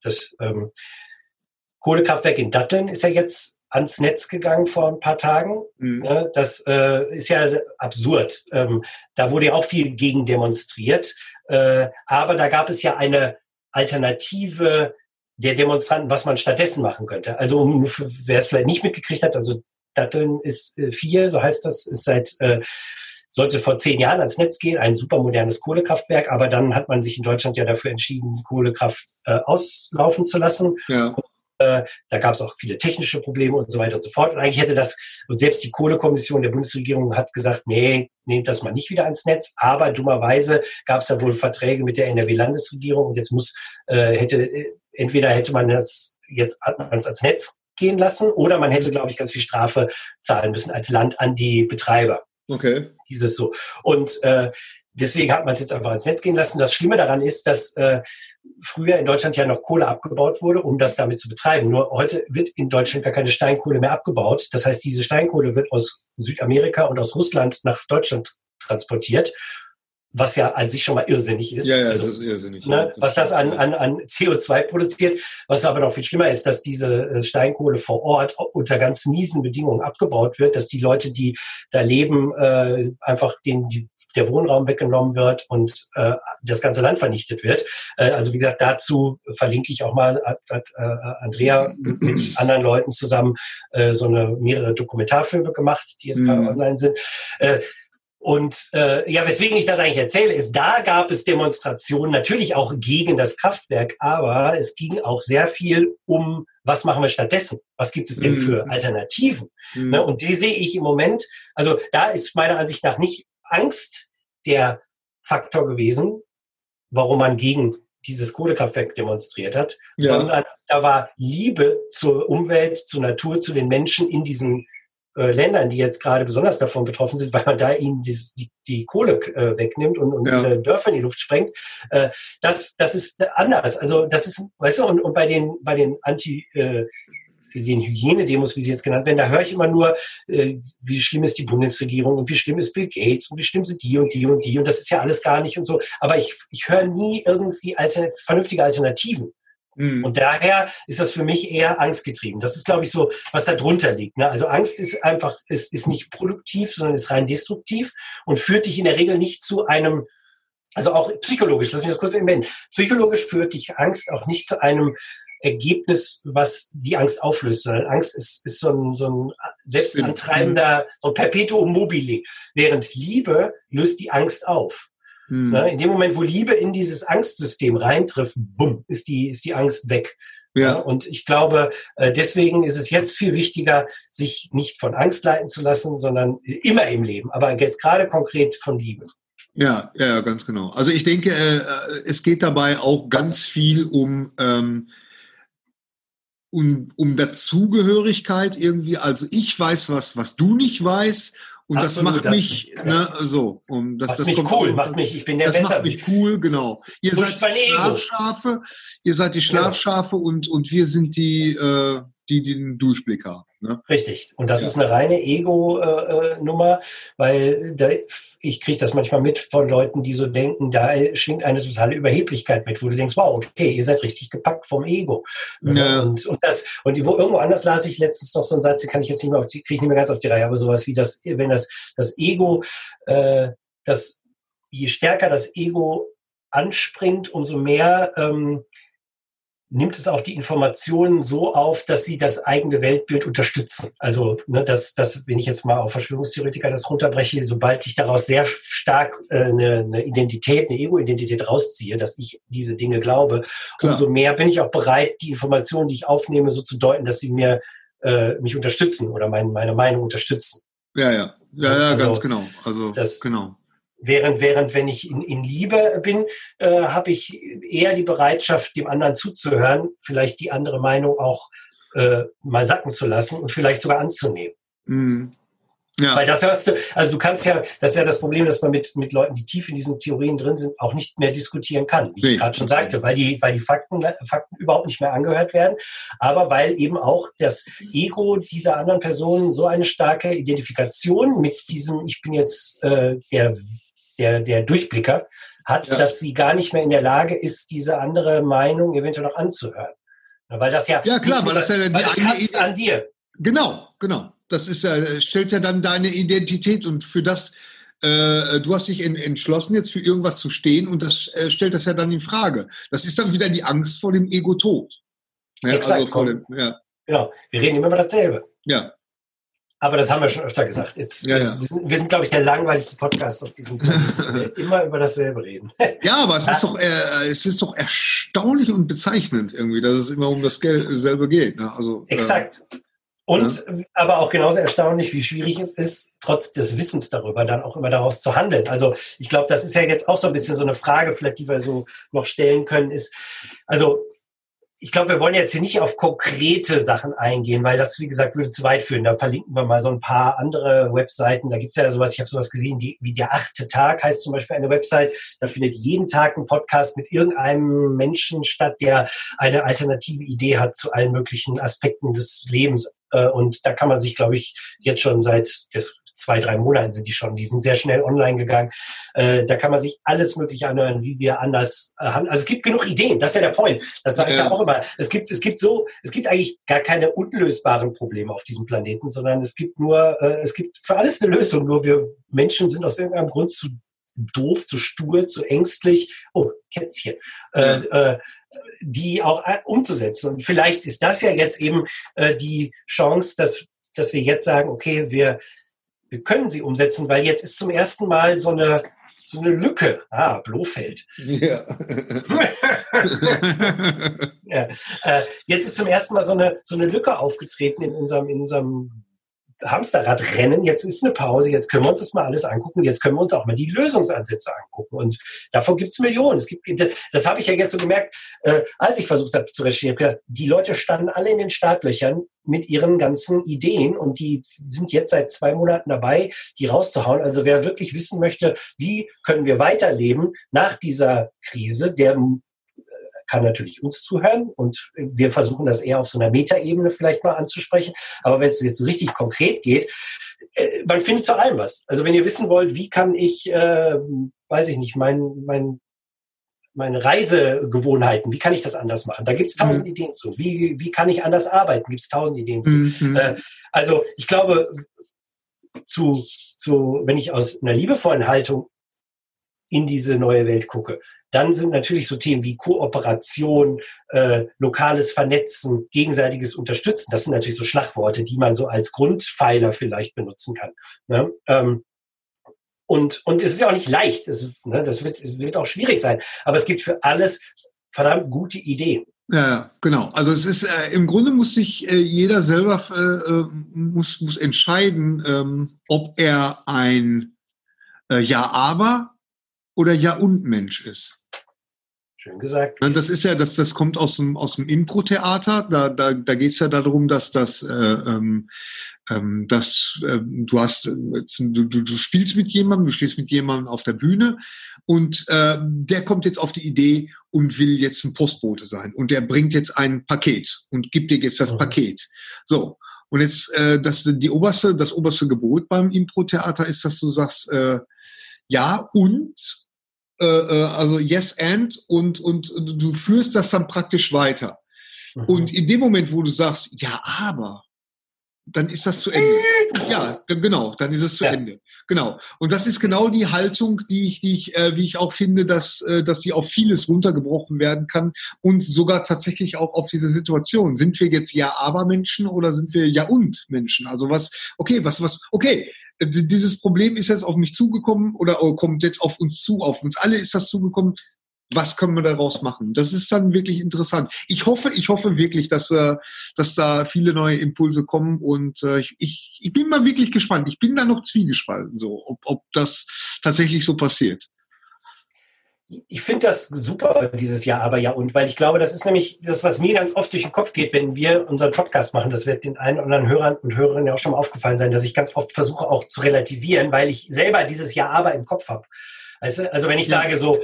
Kohlekraftwerk in Datteln ist ja jetzt ans Netz gegangen vor ein paar Tagen. Mhm. Das ist ja absurd. Da wurde ja auch viel gegen demonstriert, aber da gab es ja eine Alternative der Demonstranten, was man stattdessen machen könnte. Also wer es vielleicht nicht mitgekriegt hat, also Datteln ist 4, so heißt das, ist sollte vor 10 Jahren ans Netz gehen, ein super modernes Kohlekraftwerk, aber dann hat man sich in Deutschland ja dafür entschieden, die Kohlekraft auslaufen zu lassen. Ja. Da gab es auch viele technische Probleme und so weiter und so fort. Und eigentlich hätte und selbst die Kohlekommission der Bundesregierung hat gesagt, nee, nehmt das mal nicht wieder ans Netz. Aber dummerweise gab es ja wohl Verträge mit der NRW-Landesregierung und jetzt entweder hätte man das jetzt ans Netz gehen lassen oder man hätte, glaube ich, ganz viel Strafe zahlen müssen als Land an die Betreiber. Okay. Dieses so. Und deswegen hat man es jetzt einfach ans Netz gehen lassen. Das Schlimme daran ist, dass früher in Deutschland ja noch Kohle abgebaut wurde, um das damit zu betreiben. Nur heute wird in Deutschland gar keine Steinkohle mehr abgebaut. Das heißt, diese Steinkohle wird aus Südamerika und aus Russland nach Deutschland transportiert, was ja an sich schon mal irrsinnig ist. Ja, also, das ist irrsinnig. Ne, was das an CO2 produziert. Was aber noch viel schlimmer ist, dass diese Steinkohle vor Ort unter ganz miesen Bedingungen abgebaut wird, dass die Leute, die da leben, einfach der Wohnraum weggenommen wird und das ganze Land vernichtet wird. Also wie gesagt, dazu verlinke ich auch mal, hat Andrea mit anderen Leuten zusammen mehrere Dokumentarfilme gemacht, die jetzt gerade online sind. Und weswegen ich das eigentlich erzähle, ist, da gab es Demonstrationen, natürlich auch gegen das Kraftwerk, aber es ging auch sehr viel um, was machen wir stattdessen? Was gibt es denn für Alternativen? Ne? Und die sehe ich im Moment, also da ist meiner Ansicht nach nicht Angst der Faktor gewesen, warum man gegen dieses Kohlekraftwerk demonstriert hat, sondern da war Liebe zur Umwelt, zur Natur, zu den Menschen in diesen Ländern, die jetzt gerade besonders davon betroffen sind, weil man da ihnen die Kohle wegnimmt und Dörfer in die Luft sprengt, das ist anders. Also das ist, weißt du, und bei den den Hygienedemos, wie sie jetzt genannt werden, da höre ich immer nur, wie schlimm ist die Bundesregierung und wie schlimm ist Bill Gates und wie schlimm sind die und die und die und das ist ja alles gar nicht und so. Aber ich höre nie irgendwie vernünftige Alternativen. Und daher ist das für mich eher angstgetrieben. Das ist, glaube ich, so, was da drunter liegt. Ne? Also Angst ist einfach, ist nicht produktiv, sondern ist rein destruktiv und führt dich in der Regel nicht zu einem, also auch psychologisch, lass mich das kurz erwähnen, psychologisch führt dich Angst auch nicht zu einem Ergebnis, was die Angst auflöst, sondern Angst ist so ein selbstantreibender, so ein Perpetuum mobile, während Liebe löst die Angst auf. Ne? In dem Moment, wo Liebe in dieses Angstsystem reintrifft, bumm, ist die Angst weg. Ja. Und ich glaube, deswegen ist es jetzt viel wichtiger, sich nicht von Angst leiten zu lassen, sondern immer im Leben, aber jetzt gerade konkret von Liebe. Ja, ganz genau. Also ich denke, es geht dabei auch ganz viel um Dazugehörigkeit irgendwie. Also ich weiß was du nicht weißt. Und absolut, das macht mich, so. Macht mich cool, ich bin der besser. Das macht mich cool, genau. Ihr seid die Schlafschafe und wir sind die den Durchblick haben. Ne? Richtig. Und das ist eine reine Ego-Nummer, weil ich kriege das manchmal mit von Leuten, die so denken, da schwingt eine totale Überheblichkeit mit, wo du denkst, wow, okay, ihr seid richtig gepackt vom Ego. Ja. Und irgendwo anders las ich letztens noch so einen Satz, den kann ich jetzt kriege ich nicht mehr ganz auf die Reihe, aber sowas wie wenn das Ego, je stärker das Ego anspringt, umso mehr nimmt es auch die Informationen so auf, dass sie das eigene Weltbild unterstützen. Also, dass wenn ich jetzt mal auf Verschwörungstheoretiker das runterbreche, sobald ich daraus sehr stark eine Identität, eine Ego-Identität rausziehe, dass ich diese Dinge glaube, umso mehr bin ich auch bereit, die Informationen, die ich aufnehme, so zu deuten, dass sie mich unterstützen oder meine Meinung unterstützen. Ja, also, ganz genau. Also genau. Während wenn ich in Liebe bin, habe ich eher die Bereitschaft, dem anderen zuzuhören, vielleicht die andere Meinung auch mal sacken zu lassen und vielleicht sogar anzunehmen. Mhm. Ja. Weil das hörst du, also du kannst ja, das ist ja das Problem, dass man mit Leuten, die tief in diesen Theorien drin sind, auch nicht mehr diskutieren kann, wie ich gerade schon sagte, weil die Fakten überhaupt nicht mehr angehört werden, aber weil eben auch das Ego dieser anderen Person so eine starke Identifikation mit diesem, ich bin jetzt der Durchblicker hat, dass sie gar nicht mehr in der Lage ist, diese andere Meinung eventuell noch anzuhören. Weil das ja, klar, weil das ja die eigene an dir. Genau. Das stellt ja dann deine Identität und für das, du hast dich entschlossen, jetzt für irgendwas zu stehen und das stellt das ja dann in Frage. Das ist dann wieder die Angst vor dem Ego-Tod. Ja, exakt. Also Genau. Wir reden immer über dasselbe. Ja. Aber das haben wir schon öfter gesagt. Wir sind, glaube ich, der langweiligste Podcast auf diesem Planeten. Wir immer über dasselbe reden. Ja, aber es ist doch erstaunlich und bezeichnend irgendwie, dass es immer um dasselbe geht. Ne? Also, exakt. Und aber auch genauso erstaunlich, wie schwierig es ist, trotz des Wissens darüber dann auch immer daraus zu handeln. Also ich glaube, das ist ja jetzt auch so ein bisschen so eine Frage, vielleicht, die wir so noch stellen können, ist, also ich glaube, wir wollen jetzt hier nicht auf konkrete Sachen eingehen, weil das, wie gesagt, würde zu weit führen. Da verlinken wir mal so ein paar andere Webseiten. Da gibt's ja sowas, ich habe sowas gesehen, wie der 8. Tag heißt zum Beispiel eine Website. Da findet jeden Tag ein Podcast mit irgendeinem Menschen statt, der eine alternative Idee hat zu allen möglichen Aspekten des Lebens. Und da kann man sich, glaube ich, jetzt schon seit 2-3 Monaten die sind sehr schnell online gegangen. Da kann man sich alles Mögliche anhören, wie wir anders handeln. Also es gibt genug Ideen, das ist ja der Point. Das sage ich ja auch immer. Es gibt eigentlich gar keine unlösbaren Probleme auf diesem Planeten, sondern es gibt für alles eine Lösung. Nur wir Menschen sind aus irgendeinem Grund zu doof, zu stur, zu ängstlich. Oh, Kätzchen. Die auch umzusetzen. Und vielleicht ist das ja jetzt eben die Chance, dass wir jetzt sagen, okay, wir können sie umsetzen, weil jetzt ist zum ersten Mal so eine Lücke. Blofeld. Ja. Jetzt ist zum ersten Mal so eine Lücke aufgetreten in unserem Hamsterrad rennen, jetzt ist eine Pause, jetzt können wir uns das mal alles angucken, jetzt können wir uns auch mal die Lösungsansätze angucken. Und davon gibt es Millionen. Das habe ich ja jetzt so gemerkt, als ich versucht habe zu recherchieren, die Leute standen alle in den Startlöchern mit ihren ganzen Ideen und die sind jetzt seit 2 Monaten dabei, die rauszuhauen. Also wer wirklich wissen möchte, wie können wir weiterleben nach dieser Krise, der kann natürlich uns zuhören und wir versuchen das eher auf so einer Metaebene vielleicht mal anzusprechen. Aber wenn es jetzt richtig konkret geht, man findet zu allem was. Also wenn ihr wissen wollt, wie kann ich, weiß ich nicht, meine Reisegewohnheiten, wie kann ich das anders machen? Da gibt es 1000 Ideen zu. Wie kann ich anders arbeiten? Gibt es 1000 Ideen zu. Also ich glaube, wenn ich aus einer liebevollen Haltung in diese neue Welt gucke, dann sind natürlich so Themen wie Kooperation, lokales Vernetzen, gegenseitiges Unterstützen. Das sind natürlich so Schlagworte, die man so als Grundpfeiler vielleicht benutzen kann. Ne? Und es ist ja auch nicht leicht. Das wird auch schwierig sein. Aber es gibt für alles verdammt gute Ideen. Ja, genau. Also es ist im Grunde muss sich jeder selber muss entscheiden, ob er ein Ja-Aber oder Ja-und-Mensch ist. Schön gesagt. Das ist ja, das kommt aus dem Impro-Theater. Da geht es ja darum, dass du spielst mit jemandem, du stehst mit jemandem auf der Bühne und der kommt jetzt auf die Idee und will jetzt ein Postbote sein und der bringt jetzt ein Paket und gibt dir jetzt das Paket. So. Und jetzt, das oberste Gebot beim Impro-Theater ist, dass du sagst, ja und, also yes and und du führst das dann praktisch weiter. Und in dem Moment, wo du sagst, ja, aber, dann ist das zu Ende. Ja, genau, dann ist es zu Ende. Genau. Und das ist genau die Haltung, wie ich auch finde, dass die auf vieles runtergebrochen werden kann und sogar tatsächlich auch auf diese Situation. Sind wir jetzt Ja-Aber-Menschen oder sind wir Ja-und-Menschen? Also okay, dieses Problem ist jetzt auf mich zugekommen oder kommt jetzt auf uns alle ist das zugekommen. Was können wir daraus machen? Das ist dann wirklich interessant. Ich hoffe wirklich, dass da viele neue Impulse kommen und ich bin mal wirklich gespannt. Ich bin da noch zwiegespalten, so ob das tatsächlich so passiert. Ich finde das super, dieses Ja, aber ja und, weil ich glaube, das ist nämlich das, was mir ganz oft durch den Kopf geht, wenn wir unseren Podcast machen. Das wird den einen oder anderen Hörern und Hörerinnen ja auch schon mal aufgefallen sein, dass ich ganz oft versuche auch zu relativieren, weil ich selber dieses Ja, aber im Kopf habe. Weißt du? Also wenn ich sage so,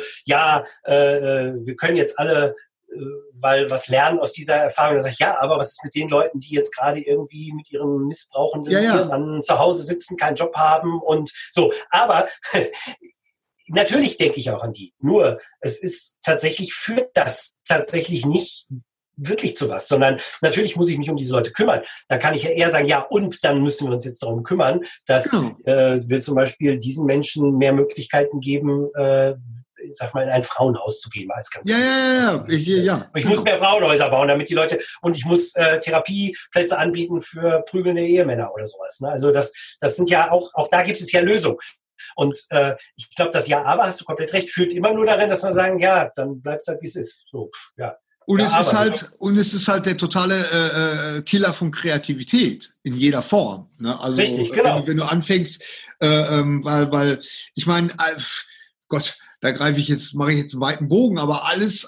wir können jetzt alle weil was lernen aus dieser Erfahrung, dann sage ich, ja, aber was ist mit den Leuten, die jetzt gerade irgendwie mit ihrem missbrauchenden Ehemann zu Hause sitzen, keinen Job haben und so. Aber natürlich denke ich auch an die. Nur, führt das tatsächlich nicht wirklich zu was, sondern natürlich muss ich mich um diese Leute kümmern. Da kann ich ja eher sagen, ja, und dann müssen wir uns jetzt darum kümmern, dass wir zum Beispiel diesen Menschen mehr Möglichkeiten geben, in ein Frauenhaus zu gehen, als ganz Ich muss mehr Frauenhäuser bauen, damit die Leute, und ich muss Therapieplätze anbieten für prügelnde Ehemänner oder sowas. Ne? Also das sind ja auch da gibt es ja Lösungen. Und ich glaube, das Ja, aber, hast du komplett recht, führt immer nur darin, dass wir sagen, ja, dann bleibt es halt, wie es ist. So, ja. Und es ist halt der totale Killer von Kreativität in jeder Form. Ne? Also richtig, genau. Wenn du anfängst, weil ich meine, Gott, da mache ich jetzt einen weiten Bogen, aber alles,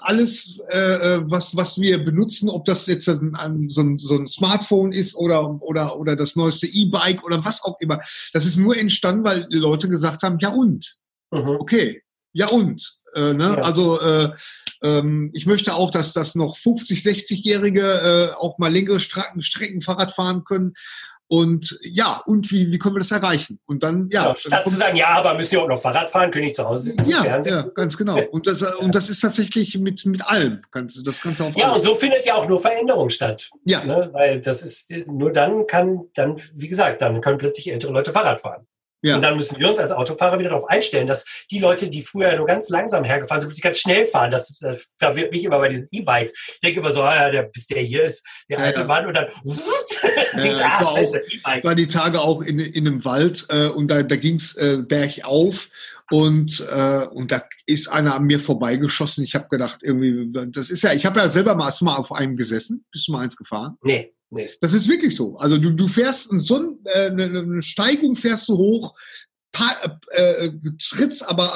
was wir benutzen, ob das jetzt so ein Smartphone ist oder das neueste E-Bike oder was auch immer, das ist nur entstanden, weil die Leute gesagt haben, ja und? Okay, ja und? Ja. Also ich möchte auch, dass das noch 50-, 60-Jährige auch mal längere Strecken Fahrrad fahren können. Und ja, und wie können wir das erreichen? Und dann, statt zu sagen, ja, aber müssen wir auch noch Fahrrad fahren, können ich zu Hause sitzen, Fernsehen. Ja, ganz genau. Und das ist tatsächlich mit allem. Das Ganze auf alles. Und so findet ja auch nur Veränderung statt. Ja. Ne? Weil das ist, nur dann wie gesagt, dann können plötzlich ältere Leute Fahrrad fahren. Ja. Und dann müssen wir uns als Autofahrer wieder darauf einstellen, dass die Leute, die früher nur ganz langsam hergefahren sind, plötzlich ganz schnell fahren. Das verwirrt mich immer bei diesen E-Bikes. Ich denke immer so, bis der hier ist, der alte Mann, und dann scheiße, E-Bike. Ich war die Tage auch in einem Wald und da ging's bergauf und da ist einer an mir vorbeigeschossen. Ich habe gedacht, irgendwie, ich habe ja selber mal auf einem gesessen. Bist du mal eins gefahren? Nee. Nee. Das ist wirklich so. Also du fährst eine Steigung fährst du hoch, trittst aber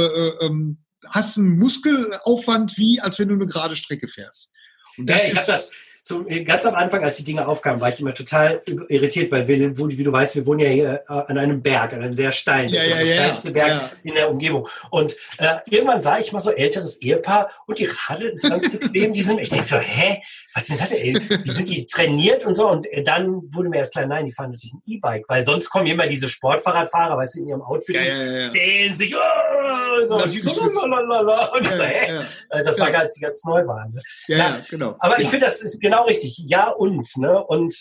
hast einen Muskelaufwand wie, als wenn du eine gerade Strecke fährst. Und ich habe das ganz am Anfang, als die Dinge aufkamen, war ich immer total irritiert, weil wie du weißt, wir wohnen ja hier an einem Berg, an einem sehr steilen, der steilste Berg in der Umgebung. Und irgendwann sah ich mal so älteres Ehepaar und die radelten ganz bequem. Ich denke so, was sind das denn? Wie sind die trainiert und so? Und dann wurde mir erst klar, nein, die fahren natürlich ein E-Bike, weil sonst kommen immer diese Sportfahrradfahrer, weißt du, in ihrem Outfit, stehen sich, so, und die so, lalalala. Und ich so, das war als die ganz neu waren. Ne? Ja, genau. Aber ich finde, das ist genau richtig. Ja und, ne? Und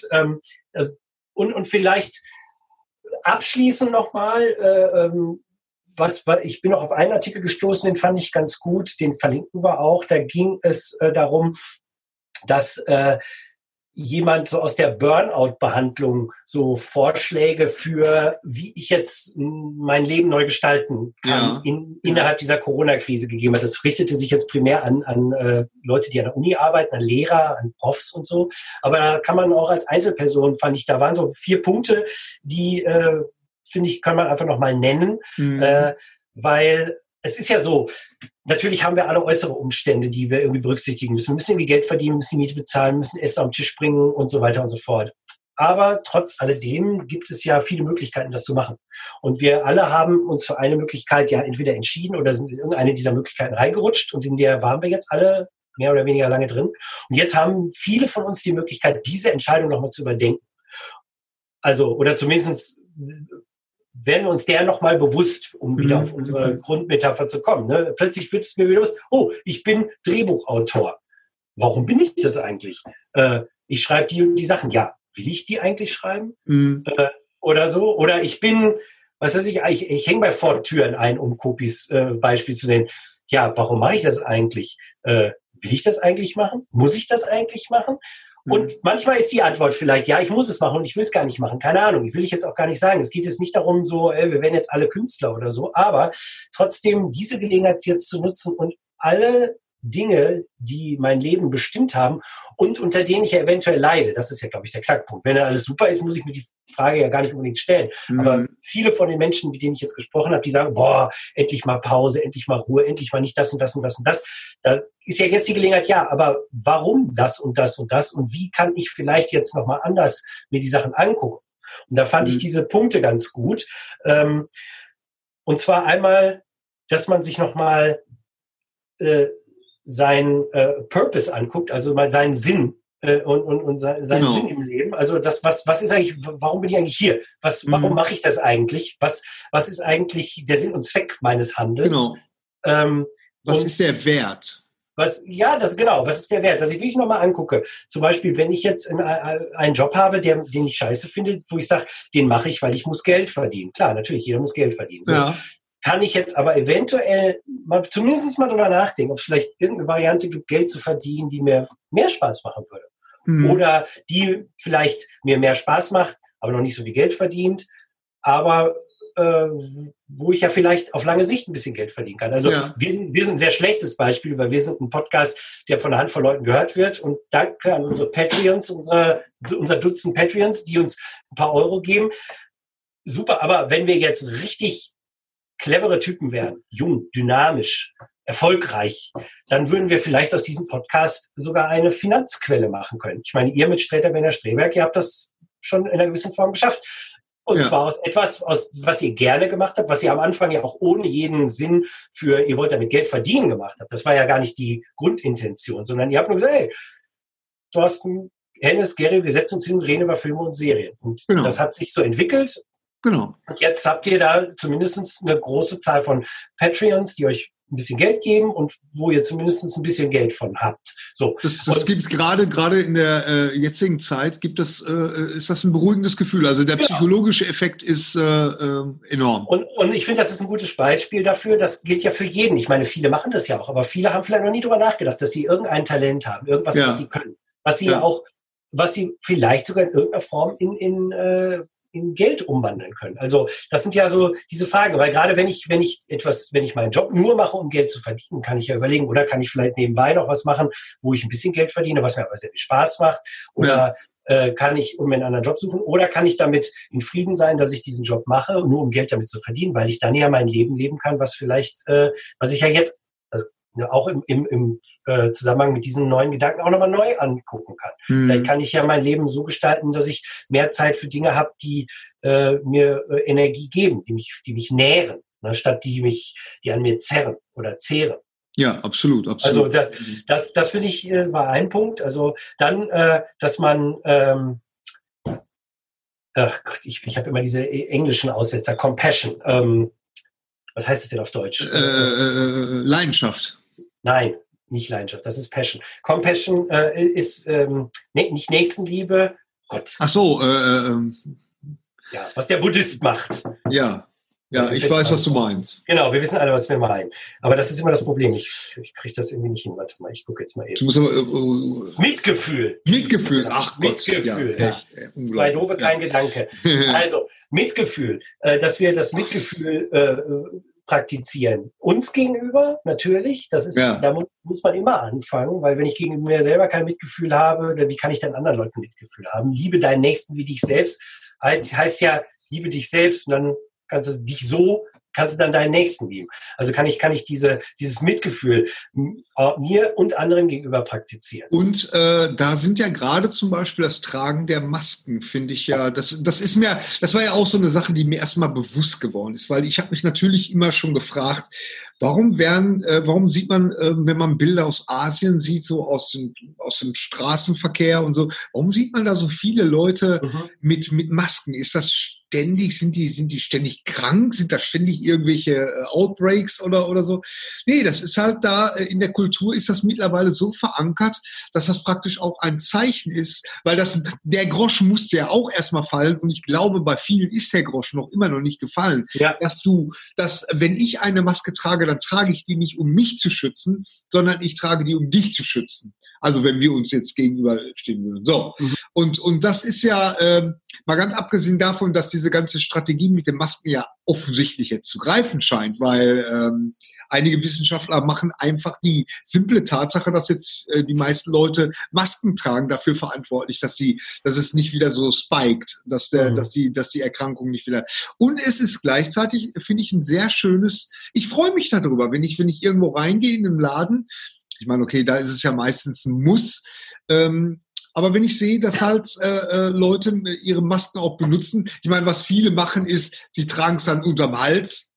vielleicht abschließend nochmal, ich bin noch auf einen Artikel gestoßen, den fand ich ganz gut, den verlinken wir auch. Da ging es darum, dass jemand so aus der Burnout-Behandlung so Vorschläge für, wie ich jetzt mein Leben neu gestalten kann, innerhalb dieser Corona-Krise gegeben hat. Das richtete sich jetzt primär an Leute, die an der Uni arbeiten, an Lehrer, an Profs und so. Aber da kann man auch als Einzelperson, fand ich, da waren so 4 Punkte, die, finde ich, kann man einfach nochmal nennen, weil es ist ja so, natürlich haben wir alle äußere Umstände, die wir irgendwie berücksichtigen müssen. Wir müssen irgendwie Geld verdienen, müssen die Miete bezahlen, müssen Essen am Tisch bringen und so weiter und so fort. Aber trotz alledem gibt es ja viele Möglichkeiten, das zu machen. Und wir alle haben uns für eine Möglichkeit ja entweder entschieden oder sind in irgendeine dieser Möglichkeiten reingerutscht. Und in der waren wir jetzt alle mehr oder weniger lange drin. Und jetzt haben viele von uns die Möglichkeit, diese Entscheidung nochmal zu überdenken. Also, oder zumindest werden wir uns der nochmal bewusst, um wieder auf unsere Grundmetapher zu kommen. Ne? Plötzlich wird es mir wieder bewusst, ich bin Drehbuchautor. Warum bin ich das eigentlich? Ich schreibe die Sachen. Ja, will ich die eigentlich schreiben? Oder so? Oder ich bin, was weiß ich hänge bei Ford-Türen ein, um Kopis Beispiel zu nennen. Ja, warum mache ich das eigentlich? Will ich das eigentlich machen? Muss ich das eigentlich machen? Und manchmal ist die Antwort vielleicht, ja, ich muss es machen und ich will es gar nicht machen. Keine Ahnung, will ich jetzt auch gar nicht sagen. Es geht jetzt nicht darum, so, wir werden jetzt alle Künstler oder so, aber trotzdem diese Gelegenheit jetzt zu nutzen und alle Dinge, die mein Leben bestimmt haben und unter denen ich ja eventuell leide, das ist ja, glaube ich, der Knackpunkt. Wenn alles super ist, muss ich mir die Frage ja gar nicht unbedingt stellen. Aber viele von den Menschen, mit denen ich jetzt gesprochen habe, die sagen, endlich mal Pause, endlich mal Ruhe, endlich mal nicht das und das und das und das. Da ist ja jetzt die Gelegenheit, ja, aber warum das und das und das und wie kann ich vielleicht jetzt nochmal anders mir die Sachen angucken? Und da fand ich diese Punkte ganz gut. Und zwar einmal, dass man sich nochmal seinen Purpose anguckt, also mal seinen Sinn und seinen Sinn im Leben. Also das, was ist eigentlich, warum bin ich eigentlich hier? Warum mache ich das eigentlich? Was ist eigentlich der Sinn und Zweck meines Handelns? Genau. Was ist der Wert? Was ist der Wert? Dass ich wirklich nochmal angucke. Zum Beispiel, wenn ich jetzt einen Job habe, den ich scheiße finde, wo ich sage, den mache ich, weil ich muss Geld verdienen. Klar, natürlich, jeder muss Geld verdienen. So. Ja. Kann ich jetzt aber eventuell zumindest mal drüber nachdenken, ob es vielleicht irgendeine Variante gibt, Geld zu verdienen, die mir mehr Spaß machen würde. Oder die vielleicht mir mehr Spaß macht, aber noch nicht so viel Geld verdient, aber wo ich ja vielleicht auf lange Sicht ein bisschen Geld verdienen kann. Also wir sind ein sehr schlechtes Beispiel, weil wir sind ein Podcast, der von einer Handvoll Leuten gehört wird. Und danke an unsere Patreons, unser Dutzend Patreons, die uns ein paar Euro geben. Super, aber wenn wir jetzt richtig clevere Typen wären, jung, dynamisch, erfolgreich, dann würden wir vielleicht aus diesem Podcast sogar eine Finanzquelle machen können. Ich meine, ihr mit Sträter Benner Streberg, ihr habt das schon in einer gewissen Form geschafft. Und zwar aus etwas, was ihr gerne gemacht habt, was ihr am Anfang ja auch ohne jeden Sinn für, ihr wollt damit Geld verdienen gemacht habt. Das war ja gar nicht die Grundintention, sondern ihr habt nur gesagt, hey, Thorsten, Hennes, Gary, wir setzen uns hin und reden über Filme und Serien. Und das hat sich so entwickelt. Genau. Und jetzt habt ihr da zumindest eine große Zahl von Patreons, die euch ein bisschen Geld geben und wo ihr zumindest ein bisschen Geld von habt. So. Das gibt gerade in der jetzigen Zeit ist das ein beruhigendes Gefühl. Also der psychologische Effekt ist enorm. Und ich finde, das ist ein gutes Beispiel dafür. Das gilt ja für jeden. Ich meine, viele machen das ja auch, aber viele haben vielleicht noch nie darüber nachgedacht, dass sie irgendein Talent haben, irgendwas, was sie können, was sie vielleicht sogar in irgendeiner Form in in Geld umwandeln können? Also das sind ja so diese Fragen, weil gerade wenn ich meinen Job nur mache, um Geld zu verdienen, kann ich ja überlegen, oder kann ich vielleicht nebenbei noch was machen, wo ich ein bisschen Geld verdiene, was mir aber sehr viel Spaß macht, oder kann ich mir einen anderen Job suchen, oder kann ich damit in Frieden sein, dass ich diesen Job mache, nur um Geld damit zu verdienen, weil ich dann ja mein Leben leben kann, was vielleicht, was ich ja jetzt auch im Zusammenhang mit diesen neuen Gedanken auch nochmal neu angucken kann. Vielleicht kann ich ja mein Leben so gestalten, dass ich mehr Zeit für Dinge habe, die mir Energie geben, die mich nähren, ne, statt die an mir zerren oder zehren. Ja, absolut, absolut. Also das finde ich war ein Punkt. Also dann, dass man ich habe immer diese englischen Aussetzer, Compassion. Was heißt es denn auf Deutsch? Leidenschaft. Nein, nicht Leidenschaft, das ist Passion. Compassion ist nicht Nächstenliebe. Gott. Ach so. Ja, was der Buddhist macht. Ja, ich weiß, was du meinst. Genau, wir wissen alle, was wir meinen. Aber das ist immer das Problem. Ich kriege das irgendwie nicht hin. Warte mal, ich gucke jetzt mal eben. Du musst aber, Mitgefühl, ach Gott. Mitgefühl. Ja, echt, Zwei Doofe, kein Gedanke. Also, Mitgefühl. Dass wir das Mitgefühl praktizieren. Uns gegenüber natürlich, da muss man immer anfangen, weil wenn ich gegenüber mir selber kein Mitgefühl habe, wie kann ich dann anderen Leuten Mitgefühl haben? Liebe deinen Nächsten wie dich selbst, heißt ja, liebe dich selbst und dann kannst du dann deinen Nächsten lieben. Also kann ich dieses Mitgefühl mir und anderen gegenüber praktizieren. Und da sind ja gerade zum Beispiel das Tragen der Masken, finde ich ja, das war ja auch so eine Sache, die mir erstmal bewusst geworden ist, weil ich habe mich natürlich immer schon gefragt, warum sieht man, wenn man Bilder aus Asien sieht, so aus dem Straßenverkehr und so, warum sieht man da so viele Leute mit Masken? Ist das ständig, sind die ständig krank? Sind da ständig irgendwelche Outbreaks oder so? Nee, das ist halt da, in der Kultur ist das mittlerweile so verankert, dass das praktisch auch ein Zeichen ist, weil der Groschen musste ja auch erstmal fallen und ich glaube, bei vielen ist der Groschen immer noch nicht gefallen, dass wenn ich eine Maske trage, dann trage ich die nicht, um mich zu schützen, sondern ich trage die, um dich zu schützen. Also wenn wir uns jetzt gegenüberstehen würden. So. Und das ist ja, mal ganz abgesehen davon, dass diese ganze Strategie mit den Masken ja offensichtlich jetzt zu greifen scheint, weil einige Wissenschaftler machen einfach die simple Tatsache, dass jetzt die meisten Leute Masken tragen, dafür verantwortlich, dass es nicht wieder so spiked, dass die Erkrankung nicht wieder. Und es ist gleichzeitig, finde ich, ein sehr schönes, ich freue mich darüber, wenn ich irgendwo reingehe in einen Laden. Ich meine, okay, da ist es ja meistens ein Muss. Aber wenn ich sehe, dass halt Leute ihre Masken auch benutzen, ich meine, was viele machen ist, sie tragen es dann unterm Hals.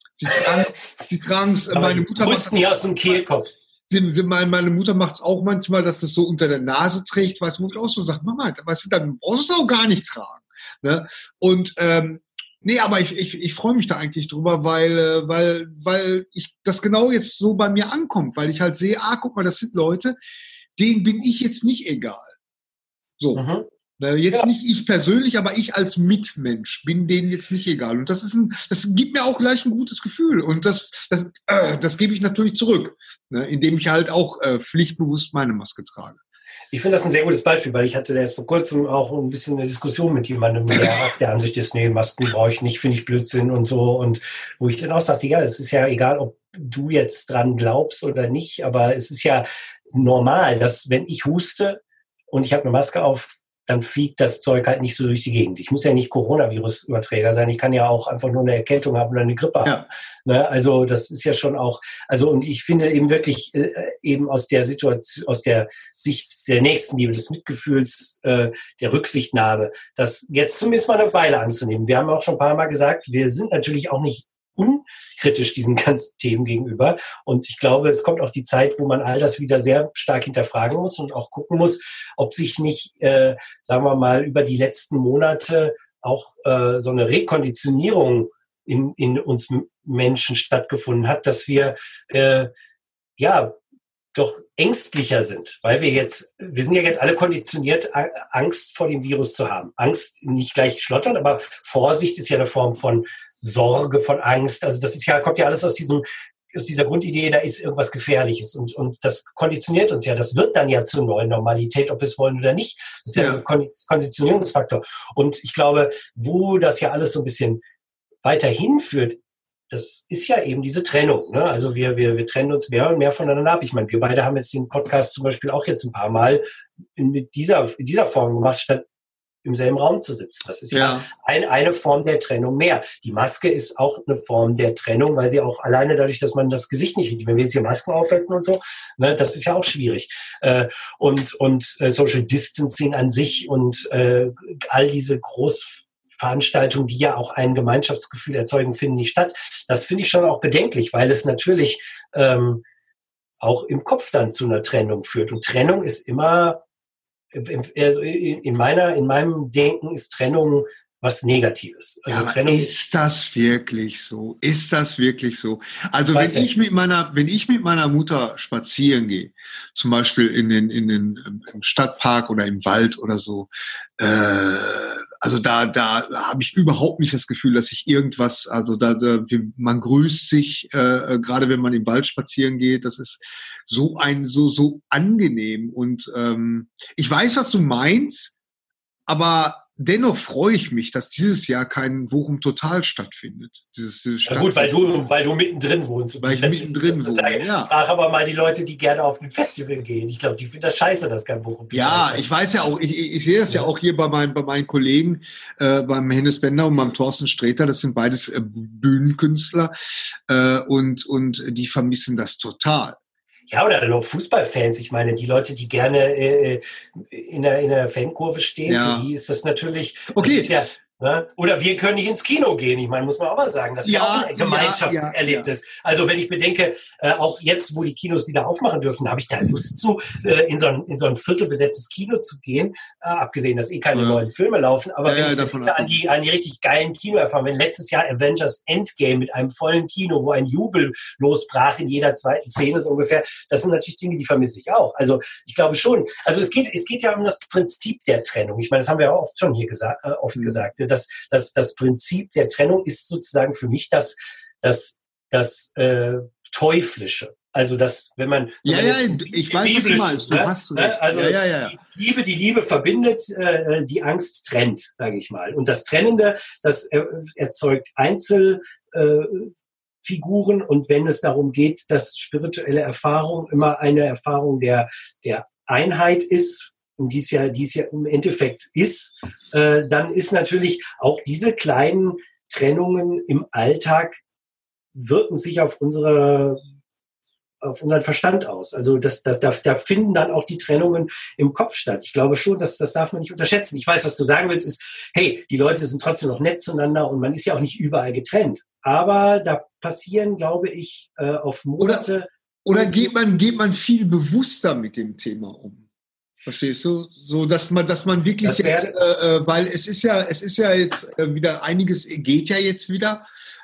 Sie tragen es, meine Mutter mussten ja aus dem Kehlkopf. Meine Mutter macht es auch manchmal, dass es so unter der Nase trägt, weißt du, wo ich auch so sage, Mama, weißt du, dann brauchst du es auch gar nicht tragen. Ne? Und nee, aber ich freue mich da eigentlich drüber, weil ich das genau jetzt so bei mir ankommt, weil ich halt sehe, guck mal, das sind Leute, denen bin ich jetzt nicht egal. So. Jetzt nicht ich persönlich, aber ich als Mitmensch bin denen jetzt nicht egal. Und das gibt mir auch gleich ein gutes Gefühl. Und das gebe ich natürlich zurück, ne, indem ich halt auch pflichtbewusst meine Maske trage. Ich finde das ein sehr gutes Beispiel, weil ich hatte erst vor kurzem auch ein bisschen eine Diskussion mit jemandem, der Ansicht ist, nee, Masken brauche ich nicht, finde ich Blödsinn und so. Und wo ich dann auch sagte, ja, es ist ja egal, ob du jetzt dran glaubst oder nicht, aber es ist ja normal, dass wenn ich huste und ich habe eine Maske auf, dann fliegt das Zeug halt nicht so durch die Gegend. Ich muss ja nicht Coronavirus-Überträger sein. Ich kann ja auch einfach nur eine Erkältung haben oder eine Grippe haben. Ne? Also das ist ja schon auch, und ich finde eben wirklich eben aus der Situation, aus der Sicht der Nächstenliebe, des Mitgefühls, der Rücksichtnahme, das jetzt zumindest mal eine Weile anzunehmen. Wir haben auch schon ein paar Mal gesagt, wir sind natürlich auch nicht unkritisch diesen ganzen Themen gegenüber. Und ich glaube, es kommt auch die Zeit, wo man all das wieder sehr stark hinterfragen muss und auch gucken muss, ob sich nicht, sagen wir mal, über die letzten Monate auch so eine Rekonditionierung in uns Menschen stattgefunden hat, dass wir doch ängstlicher sind, weil wir sind ja jetzt alle konditioniert, Angst vor dem Virus zu haben. Angst nicht gleich schlottern, aber Vorsicht ist ja eine Form von Sorge, von Angst. Also das kommt ja alles aus diesem Grundidee, da ist irgendwas Gefährliches und das konditioniert uns ja. Das wird dann ja zur neuen Normalität, ob wir es wollen oder nicht. Das ist ja ein Konditionierungsfaktor. Und ich glaube, wo das ja alles so ein bisschen weiter hinführt, das ist ja eben diese Trennung. Ne? Also wir trennen uns mehr und mehr voneinander ab. Ich meine, wir beide haben jetzt den Podcast zum Beispiel auch jetzt ein paar Mal in dieser Form gemacht, statt im selben Raum zu sitzen. Das ist ja eine Form der Trennung mehr. Die Maske ist auch eine Form der Trennung, weil sie auch alleine dadurch, dass man das Gesicht nicht sieht, wenn wir jetzt hier Masken aufhalten und so, ne, das ist ja auch schwierig. Und Social Distancing an sich und all diese Großveranstaltungen, die ja auch ein Gemeinschaftsgefühl erzeugen, finden nicht statt. Das finde ich schon auch bedenklich, weil es natürlich auch im Kopf dann zu einer Trennung führt. Und Trennung ist immer in meinem Denken ist Trennung was Negatives. Also Trennung ist das wirklich so? Ist das wirklich so? Also wenn ich mit meiner Mutter spazieren gehe, zum Beispiel im Stadtpark oder im Wald oder so, also da habe ich überhaupt nicht das Gefühl, dass ich irgendwas, also man grüßt sich, gerade wenn man im Wald spazieren geht, das ist so angenehm und ich weiß, was du meinst, aber dennoch freue ich mich, dass dieses Jahr kein Bochum Total stattfindet. Ja gut, weil du mittendrin wohnst. Weil ich mittendrin wohne, ja. Frag aber mal die Leute, die gerne auf ein Festival gehen. Ich glaube, die finden das scheiße, dass kein Bochum Total ist. Ich weiß ja auch, ich sehe das ja auch hier bei meinen Kollegen, beim Hennes Bender und beim Thorsten Sträter, das sind beides Bühnenkünstler und die vermissen das total. Ja, oder dann auch Fußballfans. Ich meine, die Leute, die gerne in der Fankurve stehen, für die ist das natürlich... Okay. Das ist ja, ne? Oder wir können nicht ins Kino gehen. Ich meine, muss man auch mal sagen, das ist ja auch ein Gemeinschaftserlebnis. Also wenn ich bedenke, auch jetzt, wo die Kinos wieder aufmachen dürfen, habe ich da Lust zu, in so ein viertelbesetztes Kino zu gehen. Abgesehen, dass keine neuen Filme laufen. Aber wenn ich denke an die richtig geilen Kinoerfahrungen, wenn letztes Jahr Avengers Endgame mit einem vollen Kino, wo ein Jubel losbrach in jeder zweiten Szene so ungefähr, das sind natürlich Dinge, die vermisse ich auch. Also ich glaube schon. Also es geht ja um das Prinzip der Trennung. Ich meine, das haben wir ja oft schon hier oft gesagt. Das Prinzip der Trennung ist sozusagen für mich das Teuflische. Also wenn man ich weiß, was du meinst. Du hast recht. Also die Liebe verbindet, die Angst trennt, sage ich mal. Und das Trennende, das erzeugt Einzelfiguren. Und wenn es darum geht, dass spirituelle Erfahrung immer eine Erfahrung der Einheit ist, und dies ja im Endeffekt ist, dann ist natürlich auch diese kleinen Trennungen im Alltag wirken sich auf unseren Verstand aus. Also da finden dann auch die Trennungen im Kopf statt. Ich glaube schon, das darf man nicht unterschätzen. Ich weiß, was du sagen willst, ist, hey, die Leute sind trotzdem noch nett zueinander und man ist ja auch nicht überall getrennt. Aber da passieren, glaube ich, auf Monate... Oder geht man viel bewusster mit dem Thema um? Verstehst du? So, dass man wirklich jetzt, weil es ist ja jetzt wieder einiges geht ja jetzt wieder,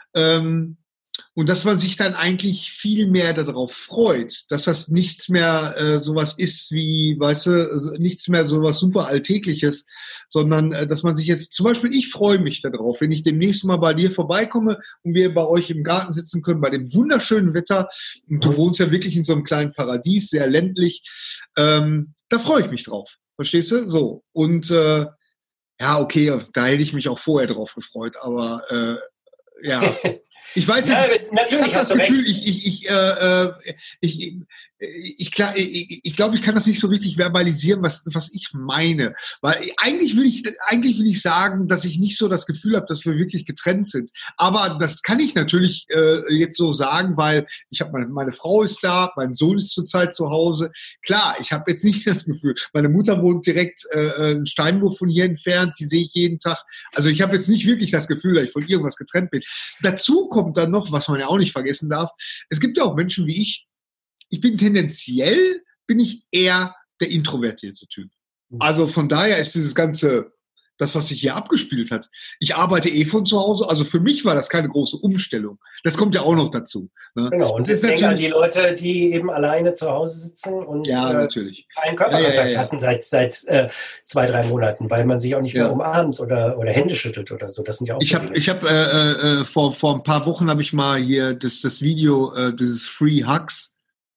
und dass man sich dann eigentlich viel mehr darauf freut, dass das nicht mehr sowas ist wie, weißt du, nichts mehr sowas super Alltägliches, sondern dass man sich jetzt, zum Beispiel, ich freue mich darauf, wenn ich demnächst mal bei dir vorbeikomme und wir bei euch im Garten sitzen können, bei dem wunderschönen Wetter, und du wohnst ja wirklich in so einem kleinen Paradies, sehr ländlich, da freue ich mich drauf. Verstehst du? So. Und okay, da hätte ich mich auch vorher drauf gefreut, aber ja. Ich weiß nicht, natürlich hast du Gefühl, recht. ich glaube, ich kann das nicht so richtig verbalisieren, was ich meine. Weil eigentlich will ich sagen, dass ich nicht so das Gefühl habe, dass wir wirklich getrennt sind. Aber das kann ich natürlich jetzt so sagen, weil ich habe meine Frau ist da, mein Sohn ist zurzeit zu Hause. Klar, ich habe jetzt nicht das Gefühl, meine Mutter wohnt direkt einen Steinwurf von hier entfernt, die sehe ich jeden Tag. Also ich habe jetzt nicht wirklich das Gefühl, dass ich von irgendwas getrennt bin. Dazu kommt dann noch, was man ja auch nicht vergessen darf, es gibt ja auch Menschen wie ich bin eher der introvertierte Typ. Also von daher ist dieses ganze das, was sich hier abgespielt hat. Ich arbeite von zu Hause, also für mich war das keine große Umstellung. Das kommt ja auch noch dazu. Ne? Genau, und das jetzt denken an die Leute, die eben alleine zu Hause sitzen und natürlich. keinen Körperkontakt hatten seit 2-3 Monaten, weil man sich auch nicht mehr umarmt oder Hände schüttelt oder so. Das sind ja auch Ich habe vor ein paar Wochen habe ich mal hier das Video dieses Free Hugs.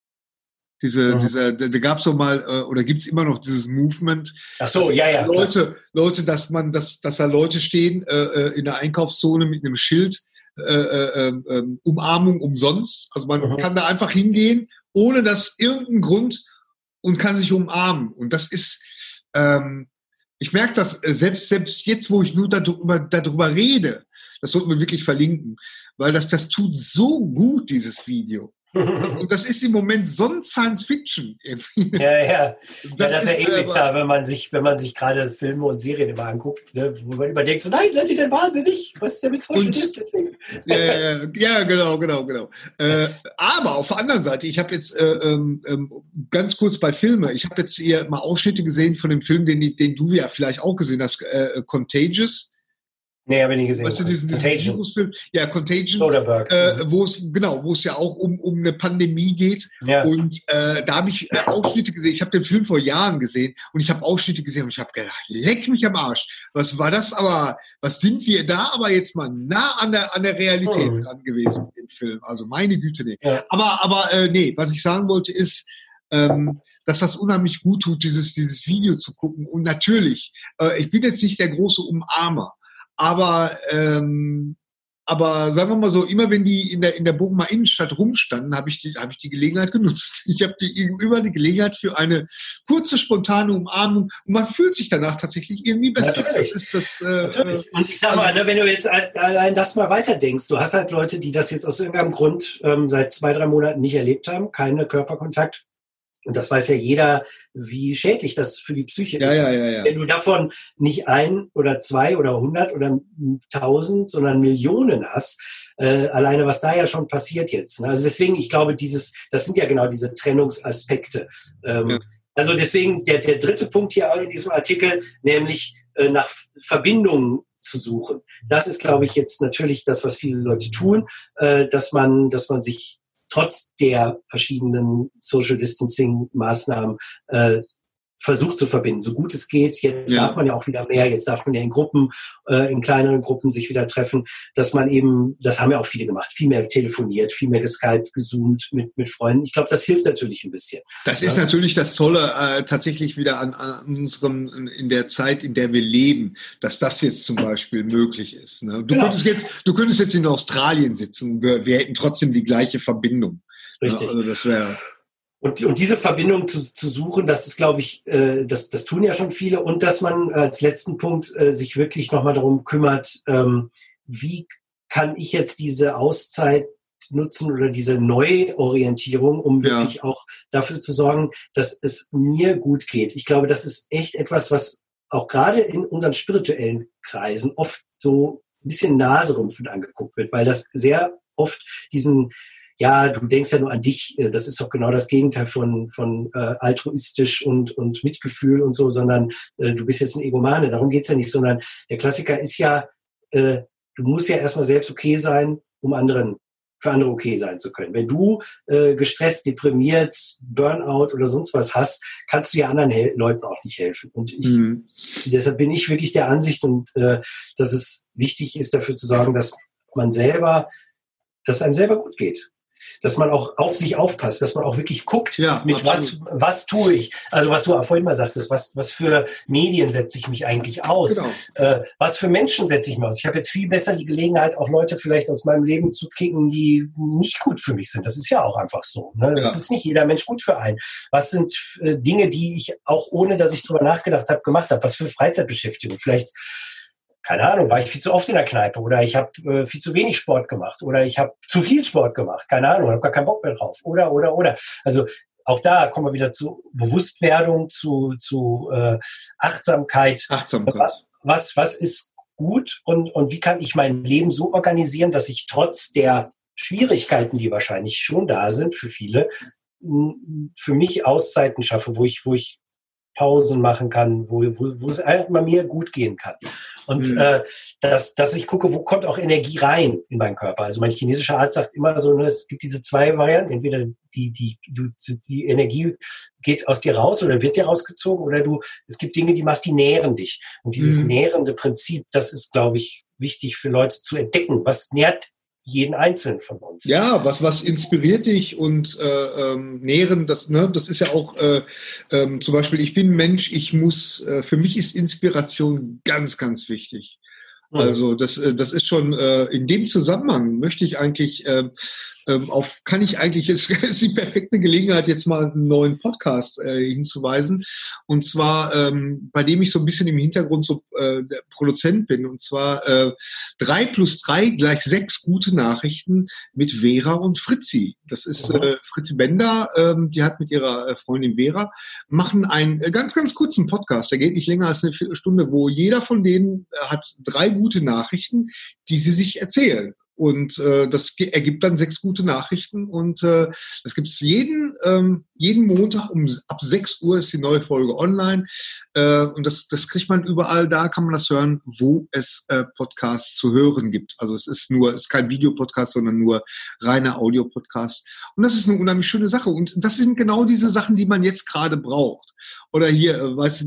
Da gab es doch mal, oder gibt es immer noch dieses Movement. Ach so, ja. Leute, dass da Leute stehen in der Einkaufszone mit einem Schild, Umarmung umsonst. Also man kann da einfach hingehen, ohne dass irgendein Grund und kann sich umarmen. Und das ist, ich merke das selbst jetzt, wo ich nur darüber rede, das sollten wir wirklich verlinken, weil das tut so gut, dieses Video. Und das ist im Moment so ein Science-Fiction. Ja. Das ist ja ähnlich da, wenn man sich gerade Filme und Serien immer anguckt, ne, wo man immer denkt, so, nein, seid ihr denn wahnsinnig? Was ist denn mit Social Distancing? Ja, genau. Aber auf der anderen Seite, ich habe jetzt ganz kurz bei Filmen, ich habe jetzt hier mal Ausschnitte gesehen von dem Film, den du ja vielleicht auch gesehen hast, Contagious. Nee, habe ich nicht gesehen. Weißt du, diesen Virusfilm? Ja, Contagion. Wo es ja auch um eine Pandemie geht. Ja. Und da habe ich Ausschnitte gesehen. Ich habe den Film vor Jahren gesehen und ich habe Ausschnitte gesehen und ich habe gedacht, leck mich am Arsch. Was war das aber? Was sind wir da aber jetzt mal nah an der Realität dran gewesen mit dem Film? Also meine Güte, nee. Ja. Aber nee, was ich sagen wollte ist, dass das unheimlich gut tut, dieses Video zu gucken. Und natürlich, ich bin jetzt nicht der große Umarmer. Aber sagen wir mal so, immer wenn die in der Bochumer Innenstadt rumstanden, habe ich die Gelegenheit genutzt. Ich habe immer die Gelegenheit für eine kurze, spontane Umarmung und man fühlt sich danach tatsächlich irgendwie besser. Natürlich. Das ist das. Natürlich. Und ich sag mal, wenn du jetzt allein das mal weiterdenkst, du hast halt Leute, die das jetzt aus irgendeinem Grund seit 2-3 Monaten nicht erlebt haben, keine Körperkontakt. Und das weiß ja jeder, wie schädlich das für die Psyche ist. Ja. Wenn du davon nicht 1 oder 2 oder 100 oder 1000, sondern Millionen hast, alleine was da ja schon passiert jetzt. Ne? Also deswegen, ich glaube, das sind ja genau diese Trennungsaspekte. Also deswegen der dritte Punkt hier in diesem Artikel, nämlich nach Verbindungen zu suchen. Das ist, glaube ich, jetzt natürlich das, was viele Leute tun, dass man sich trotz der verschiedenen Social Distancing Maßnahmen versucht zu verbinden, so gut es geht. Jetzt darf man ja auch wieder mehr, jetzt darf man ja in Gruppen, in kleineren Gruppen sich wieder treffen, dass man eben, das haben ja auch viele gemacht, viel mehr telefoniert, viel mehr geskypt, gezoomt mit Freunden. Ich glaube, das hilft natürlich ein bisschen. Das ist natürlich das Tolle tatsächlich wieder an in der Zeit, in der wir leben, dass das jetzt zum Beispiel möglich ist. Ne? Du könntest jetzt in Australien sitzen, wir hätten trotzdem die gleiche Verbindung. Richtig. Ne? Also das wäre... Und diese Verbindung zu suchen, das ist, glaube ich, das tun ja schon viele. Und dass man als letzten Punkt sich wirklich nochmal darum kümmert, wie kann ich jetzt diese Auszeit nutzen oder diese Neuorientierung, um wirklich auch dafür zu sorgen, dass es mir gut geht. Ich glaube, das ist echt etwas, was auch gerade in unseren spirituellen Kreisen oft so ein bisschen naserümpfend angeguckt wird, weil das sehr oft du denkst ja nur an dich, das ist doch genau das Gegenteil von altruistisch und Mitgefühl und so, sondern du bist jetzt ein Egomane, darum geht's ja nicht, sondern der Klassiker ist ja, du musst ja erstmal selbst okay sein, um für andere okay sein zu können. Wenn du gestresst, deprimiert, Burnout oder sonst was hast, kannst du ja anderen Leuten auch nicht helfen. Und deshalb bin ich wirklich der Ansicht, dass es wichtig ist, dafür zu sorgen, dass einem selber gut geht. Dass man auch auf sich aufpasst, dass man auch wirklich guckt, mit was tue ich. Also was du vorhin mal sagtest, was für Medien setze ich mich eigentlich aus? Genau. Was für Menschen setze ich mich aus? Ich habe jetzt viel besser die Gelegenheit, auch Leute vielleicht aus meinem Leben zu kicken, die nicht gut für mich sind. Das ist ja auch einfach so. Ne? Das ist nicht jeder Mensch gut für einen. Was sind Dinge, die ich auch ohne, dass ich drüber nachgedacht habe, gemacht habe? Was für Freizeitbeschäftigung? Vielleicht, keine Ahnung, war ich viel zu oft in der Kneipe oder ich habe viel zu wenig Sport gemacht oder ich habe zu viel Sport gemacht, keine Ahnung, habe gar keinen Bock mehr drauf oder. Also auch da kommen wir wieder zu Bewusstwerdung, zu Achtsamkeit. Was ist gut und wie kann ich mein Leben so organisieren, dass ich trotz der Schwierigkeiten, die wahrscheinlich schon da sind für viele, für mich Auszeiten schaffe, wo ich Pausen machen kann, wo es einfach mal mir gut gehen kann. Und dass ich gucke, wo kommt auch Energie rein in meinen Körper. Also mein chinesischer Arzt sagt immer so, ne, es gibt diese zwei Varianten. Entweder die Energie geht aus dir raus oder wird dir rausgezogen, oder es gibt Dinge, die nähren dich. Und dieses nährende Prinzip, das ist, glaube ich, wichtig für Leute zu entdecken. Was nährt jeden Einzelnen von uns? Ja, was inspiriert dich und nähren, das ist ja auch zum Beispiel, ich bin Mensch, für mich ist Inspiration ganz, ganz wichtig. Also das ist schon in dem Zusammenhang möchte ich eigentlich es ist die perfekte Gelegenheit, jetzt mal einen neuen Podcast hinzuweisen. Und zwar, bei dem ich so ein bisschen im Hintergrund so der Produzent bin. Und zwar 3+3 = 6 gute Nachrichten mit Vera und Fritzi. Das ist Fritzi Bender, die hat mit ihrer Freundin Vera, machen einen ganz, ganz kurzen Podcast. Der geht nicht länger als eine Viertelstunde, wo jeder von denen hat 3 gute Nachrichten, die sie sich erzählen. Und das ergibt dann 6 gute Nachrichten. Und das gibt es jeden Montag ab 6 Uhr ist die neue Folge online. Und das kriegt man überall, da kann man das hören, wo es Podcasts zu hören gibt. Also es ist kein Videopodcast, sondern nur reiner Audiopodcast. Und das ist eine unheimlich schöne Sache. Und das sind genau diese Sachen, die man jetzt gerade braucht. Oder hier, weißt du,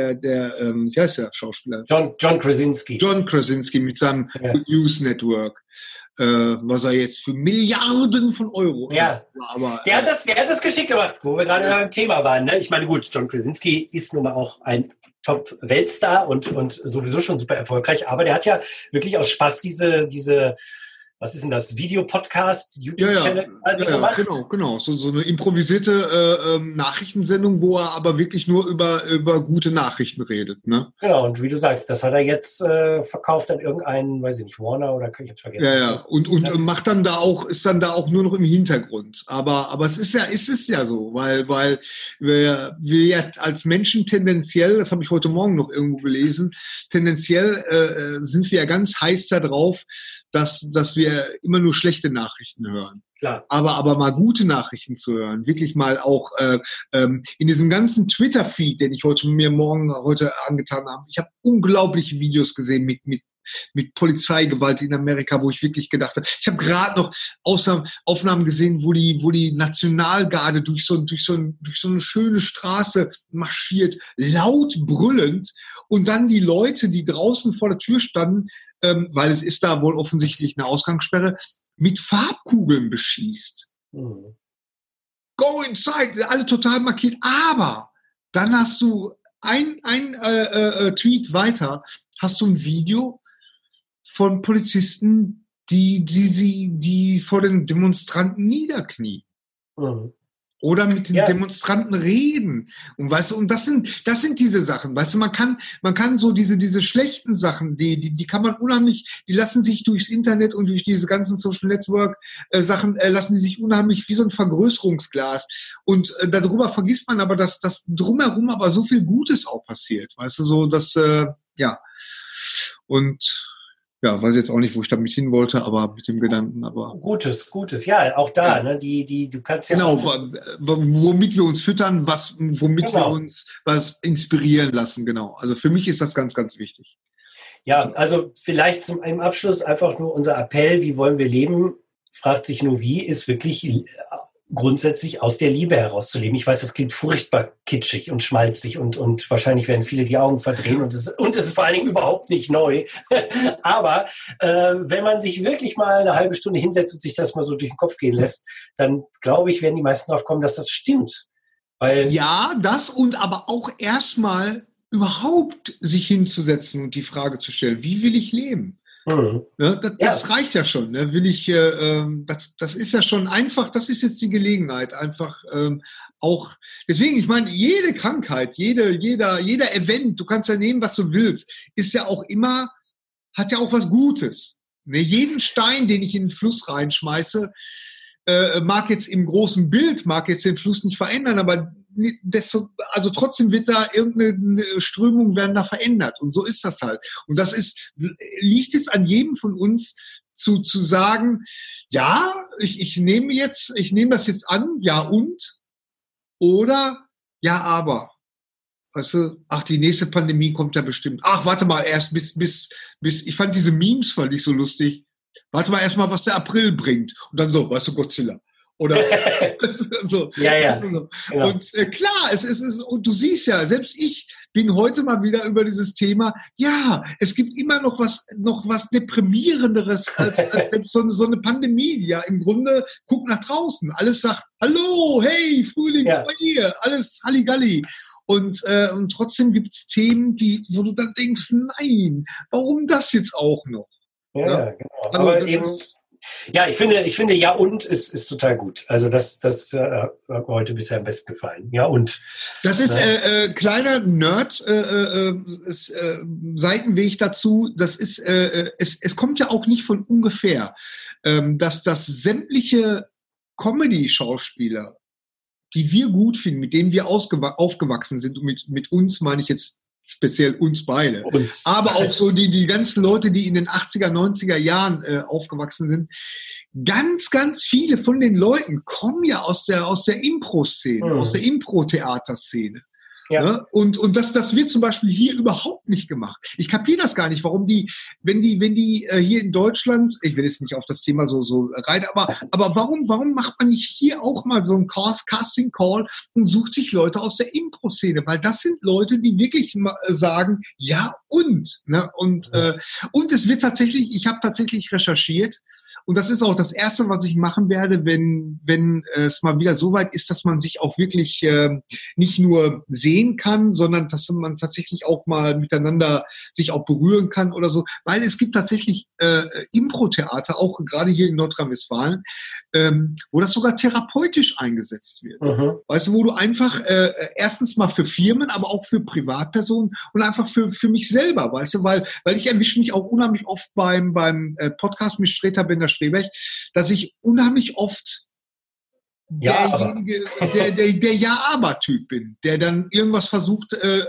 wie heißt der Schauspieler? John Krasinski. John Krasinski mit seinem News Network. Was er jetzt für Milliarden von Euro. Ja, aber der hat das geschickt gemacht, wo wir gerade beim Thema waren. Ne? Ich meine, gut, John Krasinski ist nun mal auch ein Top-Weltstar und sowieso schon super erfolgreich, aber der hat ja wirklich aus Spaß diese was ist denn das, Videopodcast, YouTube-Channel gemacht? Genau. So eine improvisierte Nachrichtensendung, wo er aber wirklich nur über gute Nachrichten redet. Ne? Genau, und wie du sagst, das hat er jetzt verkauft an irgendeinen, weiß ich nicht, Warner oder ich hab's vergessen. Ja. Und macht dann ist dann da auch nur noch im Hintergrund. Aber es ist ja so, weil wir ja als Menschen tendenziell, das habe ich heute Morgen noch irgendwo gelesen, tendenziell sind wir ja ganz heiß da drauf, dass wir immer nur schlechte Nachrichten hören. Klar. Aber mal gute Nachrichten zu hören, wirklich mal auch in diesem ganzen Twitter-Feed, den ich heute angetan habe. Ich habe unglaubliche Videos gesehen mit Polizeigewalt in Amerika, wo ich wirklich gedacht habe, ich habe gerade noch Aufnahmen gesehen, wo die Nationalgarde durch so eine schöne Straße marschiert, laut brüllend, und dann die Leute, die draußen vor der Tür standen, weil es ist da wohl offensichtlich eine Ausgangssperre, mit Farbkugeln beschießt. Go inside, alle total markiert. Aber dann hast du ein Tweet weiter, hast du ein Video von Polizisten, die vor den Demonstranten niederknien. Oder mit den Demonstranten reden. Und weißt du, und das sind diese Sachen. Weißt du, man kann so diese schlechten Sachen, die kann man unheimlich, die lassen sich durchs Internet und durch diese ganzen Social Network Sachen, lassen die sich unheimlich wie so ein Vergrößerungsglas. Und darüber vergisst man aber, dass das drumherum aber so viel Gutes auch passiert. Weißt du, so, und ja, weiß jetzt auch nicht, wo ich damit hin wollte, aber mit dem Gedanken, aber. Gutes, ja, auch da, ne, du kannst ja. Genau, womit wir uns füttern, womit wir uns was inspirieren lassen, genau. Also für mich ist das ganz, ganz wichtig. Ja, also vielleicht im Abschluss einfach nur unser Appell, wie wollen wir leben? Fragt sich nur, wie, ist wirklich grundsätzlich aus der Liebe herauszuleben. Ich weiß, das klingt furchtbar kitschig und schmalzig und wahrscheinlich werden viele die Augen verdrehen und es ist vor allen Dingen überhaupt nicht neu. Aber wenn man sich wirklich mal eine halbe Stunde hinsetzt und sich das mal so durch den Kopf gehen lässt, dann glaube ich, werden die meisten darauf kommen, dass das stimmt. Ja, das und aber auch erstmal überhaupt sich hinzusetzen und die Frage zu stellen, wie will ich leben? Das reicht ja schon. Ne? Das ist ja schon einfach, das ist jetzt die Gelegenheit, einfach auch, deswegen, ich meine, jede Krankheit, jeder Event, du kannst ja nehmen, was du willst, ist ja auch immer, hat ja auch was Gutes. Ne? Jeden Stein, den ich in den Fluss reinschmeiße, mag jetzt im großen Bild, mag jetzt den Fluss nicht verändern, aber also trotzdem wird da irgendeine Strömung werden da verändert. Und so ist das halt. Und liegt jetzt an jedem von uns zu sagen, ja, ich nehme das jetzt an, ja und, oder, ja aber. Weißt du, ach, die nächste Pandemie kommt ja bestimmt. Ach, warte mal, erst bis, ich fand diese Memes so lustig. Warte mal erst mal, was der April bringt. Und dann so, weißt du, Godzilla. Oder so. Ja. So. Genau. Und klar, es ist, und du siehst ja, selbst ich bin heute mal wieder über dieses Thema, ja, es gibt immer noch was Deprimierenderes als selbst so eine Pandemie, die ja im Grunde guckt nach draußen. Alles sagt, hallo, hey, Frühling, hier, alles Halligalli. Und trotzdem gibt's Themen, wo du dann denkst, nein, warum das jetzt auch noch? Ja, genau. Also aber eben, ja, ich finde, ja und ist total gut. Also das hat mir heute bisher am besten gefallen. Ja und. Das ist kleiner Nerd Seitenweg dazu. Das ist es kommt ja auch nicht von ungefähr, dass das sämtliche Comedy-Schauspieler, die wir gut finden, mit denen wir aufgewachsen sind, und mit uns meine ich jetzt speziell uns beide, aber auch so die ganzen Leute, die in den 80er, 90er Jahren aufgewachsen sind, ganz, ganz viele von den Leuten kommen ja aus der Impro-Szene, aus der Impro-Theater-Szene. Ja. Ne? Und das wird zum Beispiel hier überhaupt nicht gemacht. Ich kapiere das gar nicht, warum wenn die hier in Deutschland, ich will jetzt nicht auf das Thema so rein, aber warum macht man nicht hier auch mal so ein Casting Call und sucht sich Leute aus der Impro-Szene? Weil das sind Leute, die wirklich sagen, ja und. Ne? Und es wird tatsächlich, ich habe tatsächlich recherchiert, und das ist auch das Erste, was ich machen werde, wenn es mal wieder so weit ist, dass man sich auch wirklich nicht nur sehen kann, sondern dass man tatsächlich auch mal miteinander sich auch berühren kann oder so. Weil es gibt tatsächlich Impro-Theater, auch gerade hier in Nordrhein-Westfalen, wo das sogar therapeutisch eingesetzt wird. Mhm. Weißt du, wo du einfach erstens mal für Firmen, aber auch für Privatpersonen und einfach für mich selber, weißt du, weil ich erwische mich auch unheimlich oft beim Podcast mit Streter Bender-Streberg, dass ich unheimlich oft derjenige, der Ja-Aber-Typ bin, der dann irgendwas versucht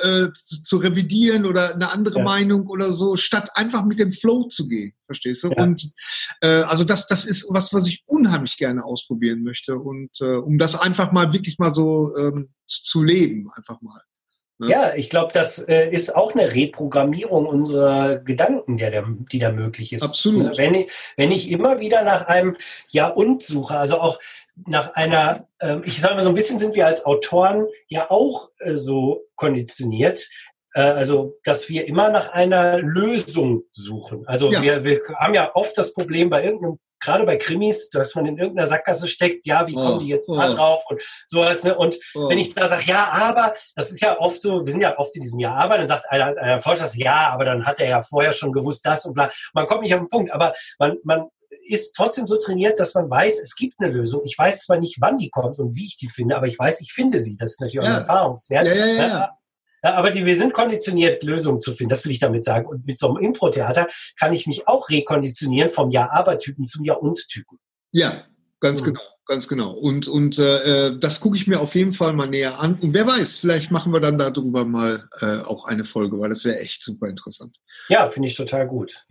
zu revidieren oder eine andere Meinung oder so, statt einfach mit dem Flow zu gehen, verstehst du? Ja. Und also das ist was ich unheimlich gerne ausprobieren möchte und um das einfach mal wirklich mal so zu leben, einfach mal. Ja, ich glaube, das ist auch eine Reprogrammierung unserer Gedanken, die da möglich ist. Absolut. Wenn ich immer wieder nach einem Ja und suche, also auch nach einer, ich sage mal, so ein bisschen sind wir als Autoren ja auch so konditioniert, also dass wir immer nach einer Lösung suchen. Also wir haben ja oft das Problem bei gerade bei Krimis, dass man in irgendeiner Sackgasse steckt, ja, wie kommen die jetzt da drauf und sowas, ne? Und wenn ich da sage, ja, aber, das ist ja oft so, wir sind ja oft in diesem Ja, aber, dann sagt einer Forscher, ja, aber dann hat er ja vorher schon gewusst das und bla. Man kommt nicht auf den Punkt, aber man ist trotzdem so trainiert, dass man weiß, es gibt eine Lösung. Ich weiß zwar nicht, wann die kommt und wie ich die finde, aber ich weiß, ich finde sie. Das ist natürlich auch ein Erfahrungswert. Ja. Ja, aber wir sind konditioniert, Lösungen zu finden. Das will ich damit sagen. Und mit so einem Impro-Theater kann ich mich auch rekonditionieren vom Ja-Aber-Typen zum Ja-Und-Typen. Ja, ganz genau. Und das gucke ich mir auf jeden Fall mal näher an. Und wer weiß, vielleicht machen wir dann darüber mal auch eine Folge, weil das wäre echt super interessant. Ja, finde ich total gut.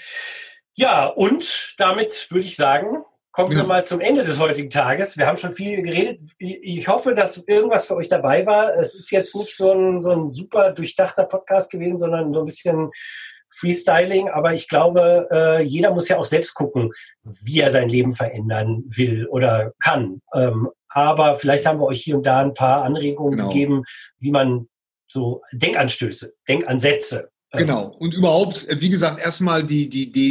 Ja, und damit würde ich sagen, kommen wir mal zum Ende des heutigen Tages. Wir haben schon viel geredet. Ich hoffe, dass irgendwas für euch dabei war. Es ist jetzt nicht so ein super durchdachter Podcast gewesen, sondern so ein bisschen Freestyling. Aber ich glaube, jeder muss ja auch selbst gucken, wie er sein Leben verändern will oder kann. Aber vielleicht haben wir euch hier und da ein paar Anregungen gegeben, wie man so Denkanstöße, Denkansätze. Genau. Und überhaupt, wie gesagt, erstmal die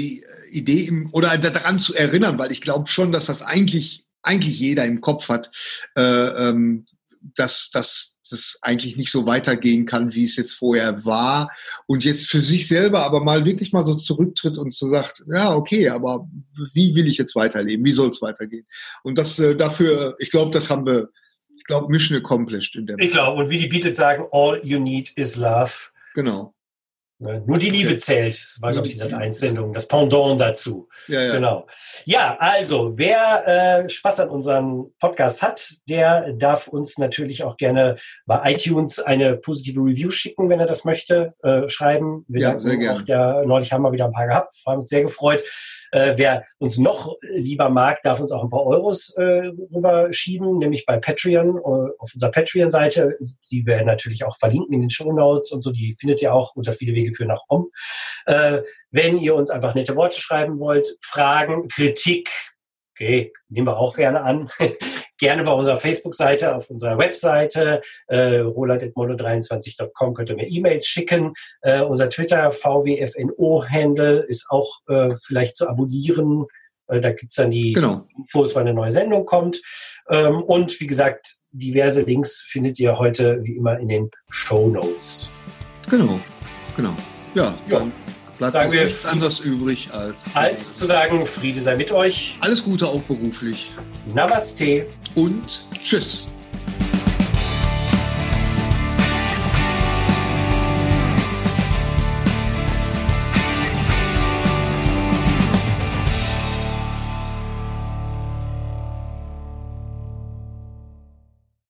Idee oder daran zu erinnern, weil ich glaube schon, dass das eigentlich jeder im Kopf hat, dass das eigentlich nicht so weitergehen kann, wie es jetzt vorher war. Und jetzt für sich selber aber mal wirklich mal so zurücktritt und so sagt, ja, okay, aber wie will ich jetzt weiterleben? Wie soll es weitergehen? Und das dafür, ich glaube, Mission accomplished in der Ich glaube, und wie die Beatles sagen, all you need is love. Genau. Nur die Liebe zählt, war, glaube ich, die Sat.1-Sendung, das Pendant dazu. Ja. Genau. Ja, also, wer Spaß an unseren Podcast hat, der darf uns natürlich auch gerne bei iTunes eine positive Review schicken, wenn er das möchte, schreiben. Wir sehr gerne. Neulich haben wir wieder ein paar gehabt, haben uns sehr gefreut. Wer uns noch lieber mag, darf uns auch ein paar Euros rüberschieben, nämlich bei Patreon, auf unserer Patreon-Seite. Die werden natürlich auch verlinken in den Shownotes und so. Die findet ihr auch unter Viele Wege führen nach Rom. Wenn ihr uns einfach nette Worte schreiben wollt, Fragen, Kritik, okay, nehmen wir auch gerne an. Gerne bei unserer Facebook-Seite, auf unserer Webseite, roland@mono23.com könnt ihr mir E-Mails schicken. Unser Twitter, VWFNO-Handle ist auch vielleicht zu abonnieren. Da gibt's dann die Infos, wann eine neue Sendung kommt. Und wie gesagt, diverse Links findet ihr heute wie immer in den Shownotes. Genau. Ja, dann bleibt uns nichts anderes übrig, als zu sagen, Friede sei mit euch. Alles Gute auch beruflich. Namaste. Und tschüss.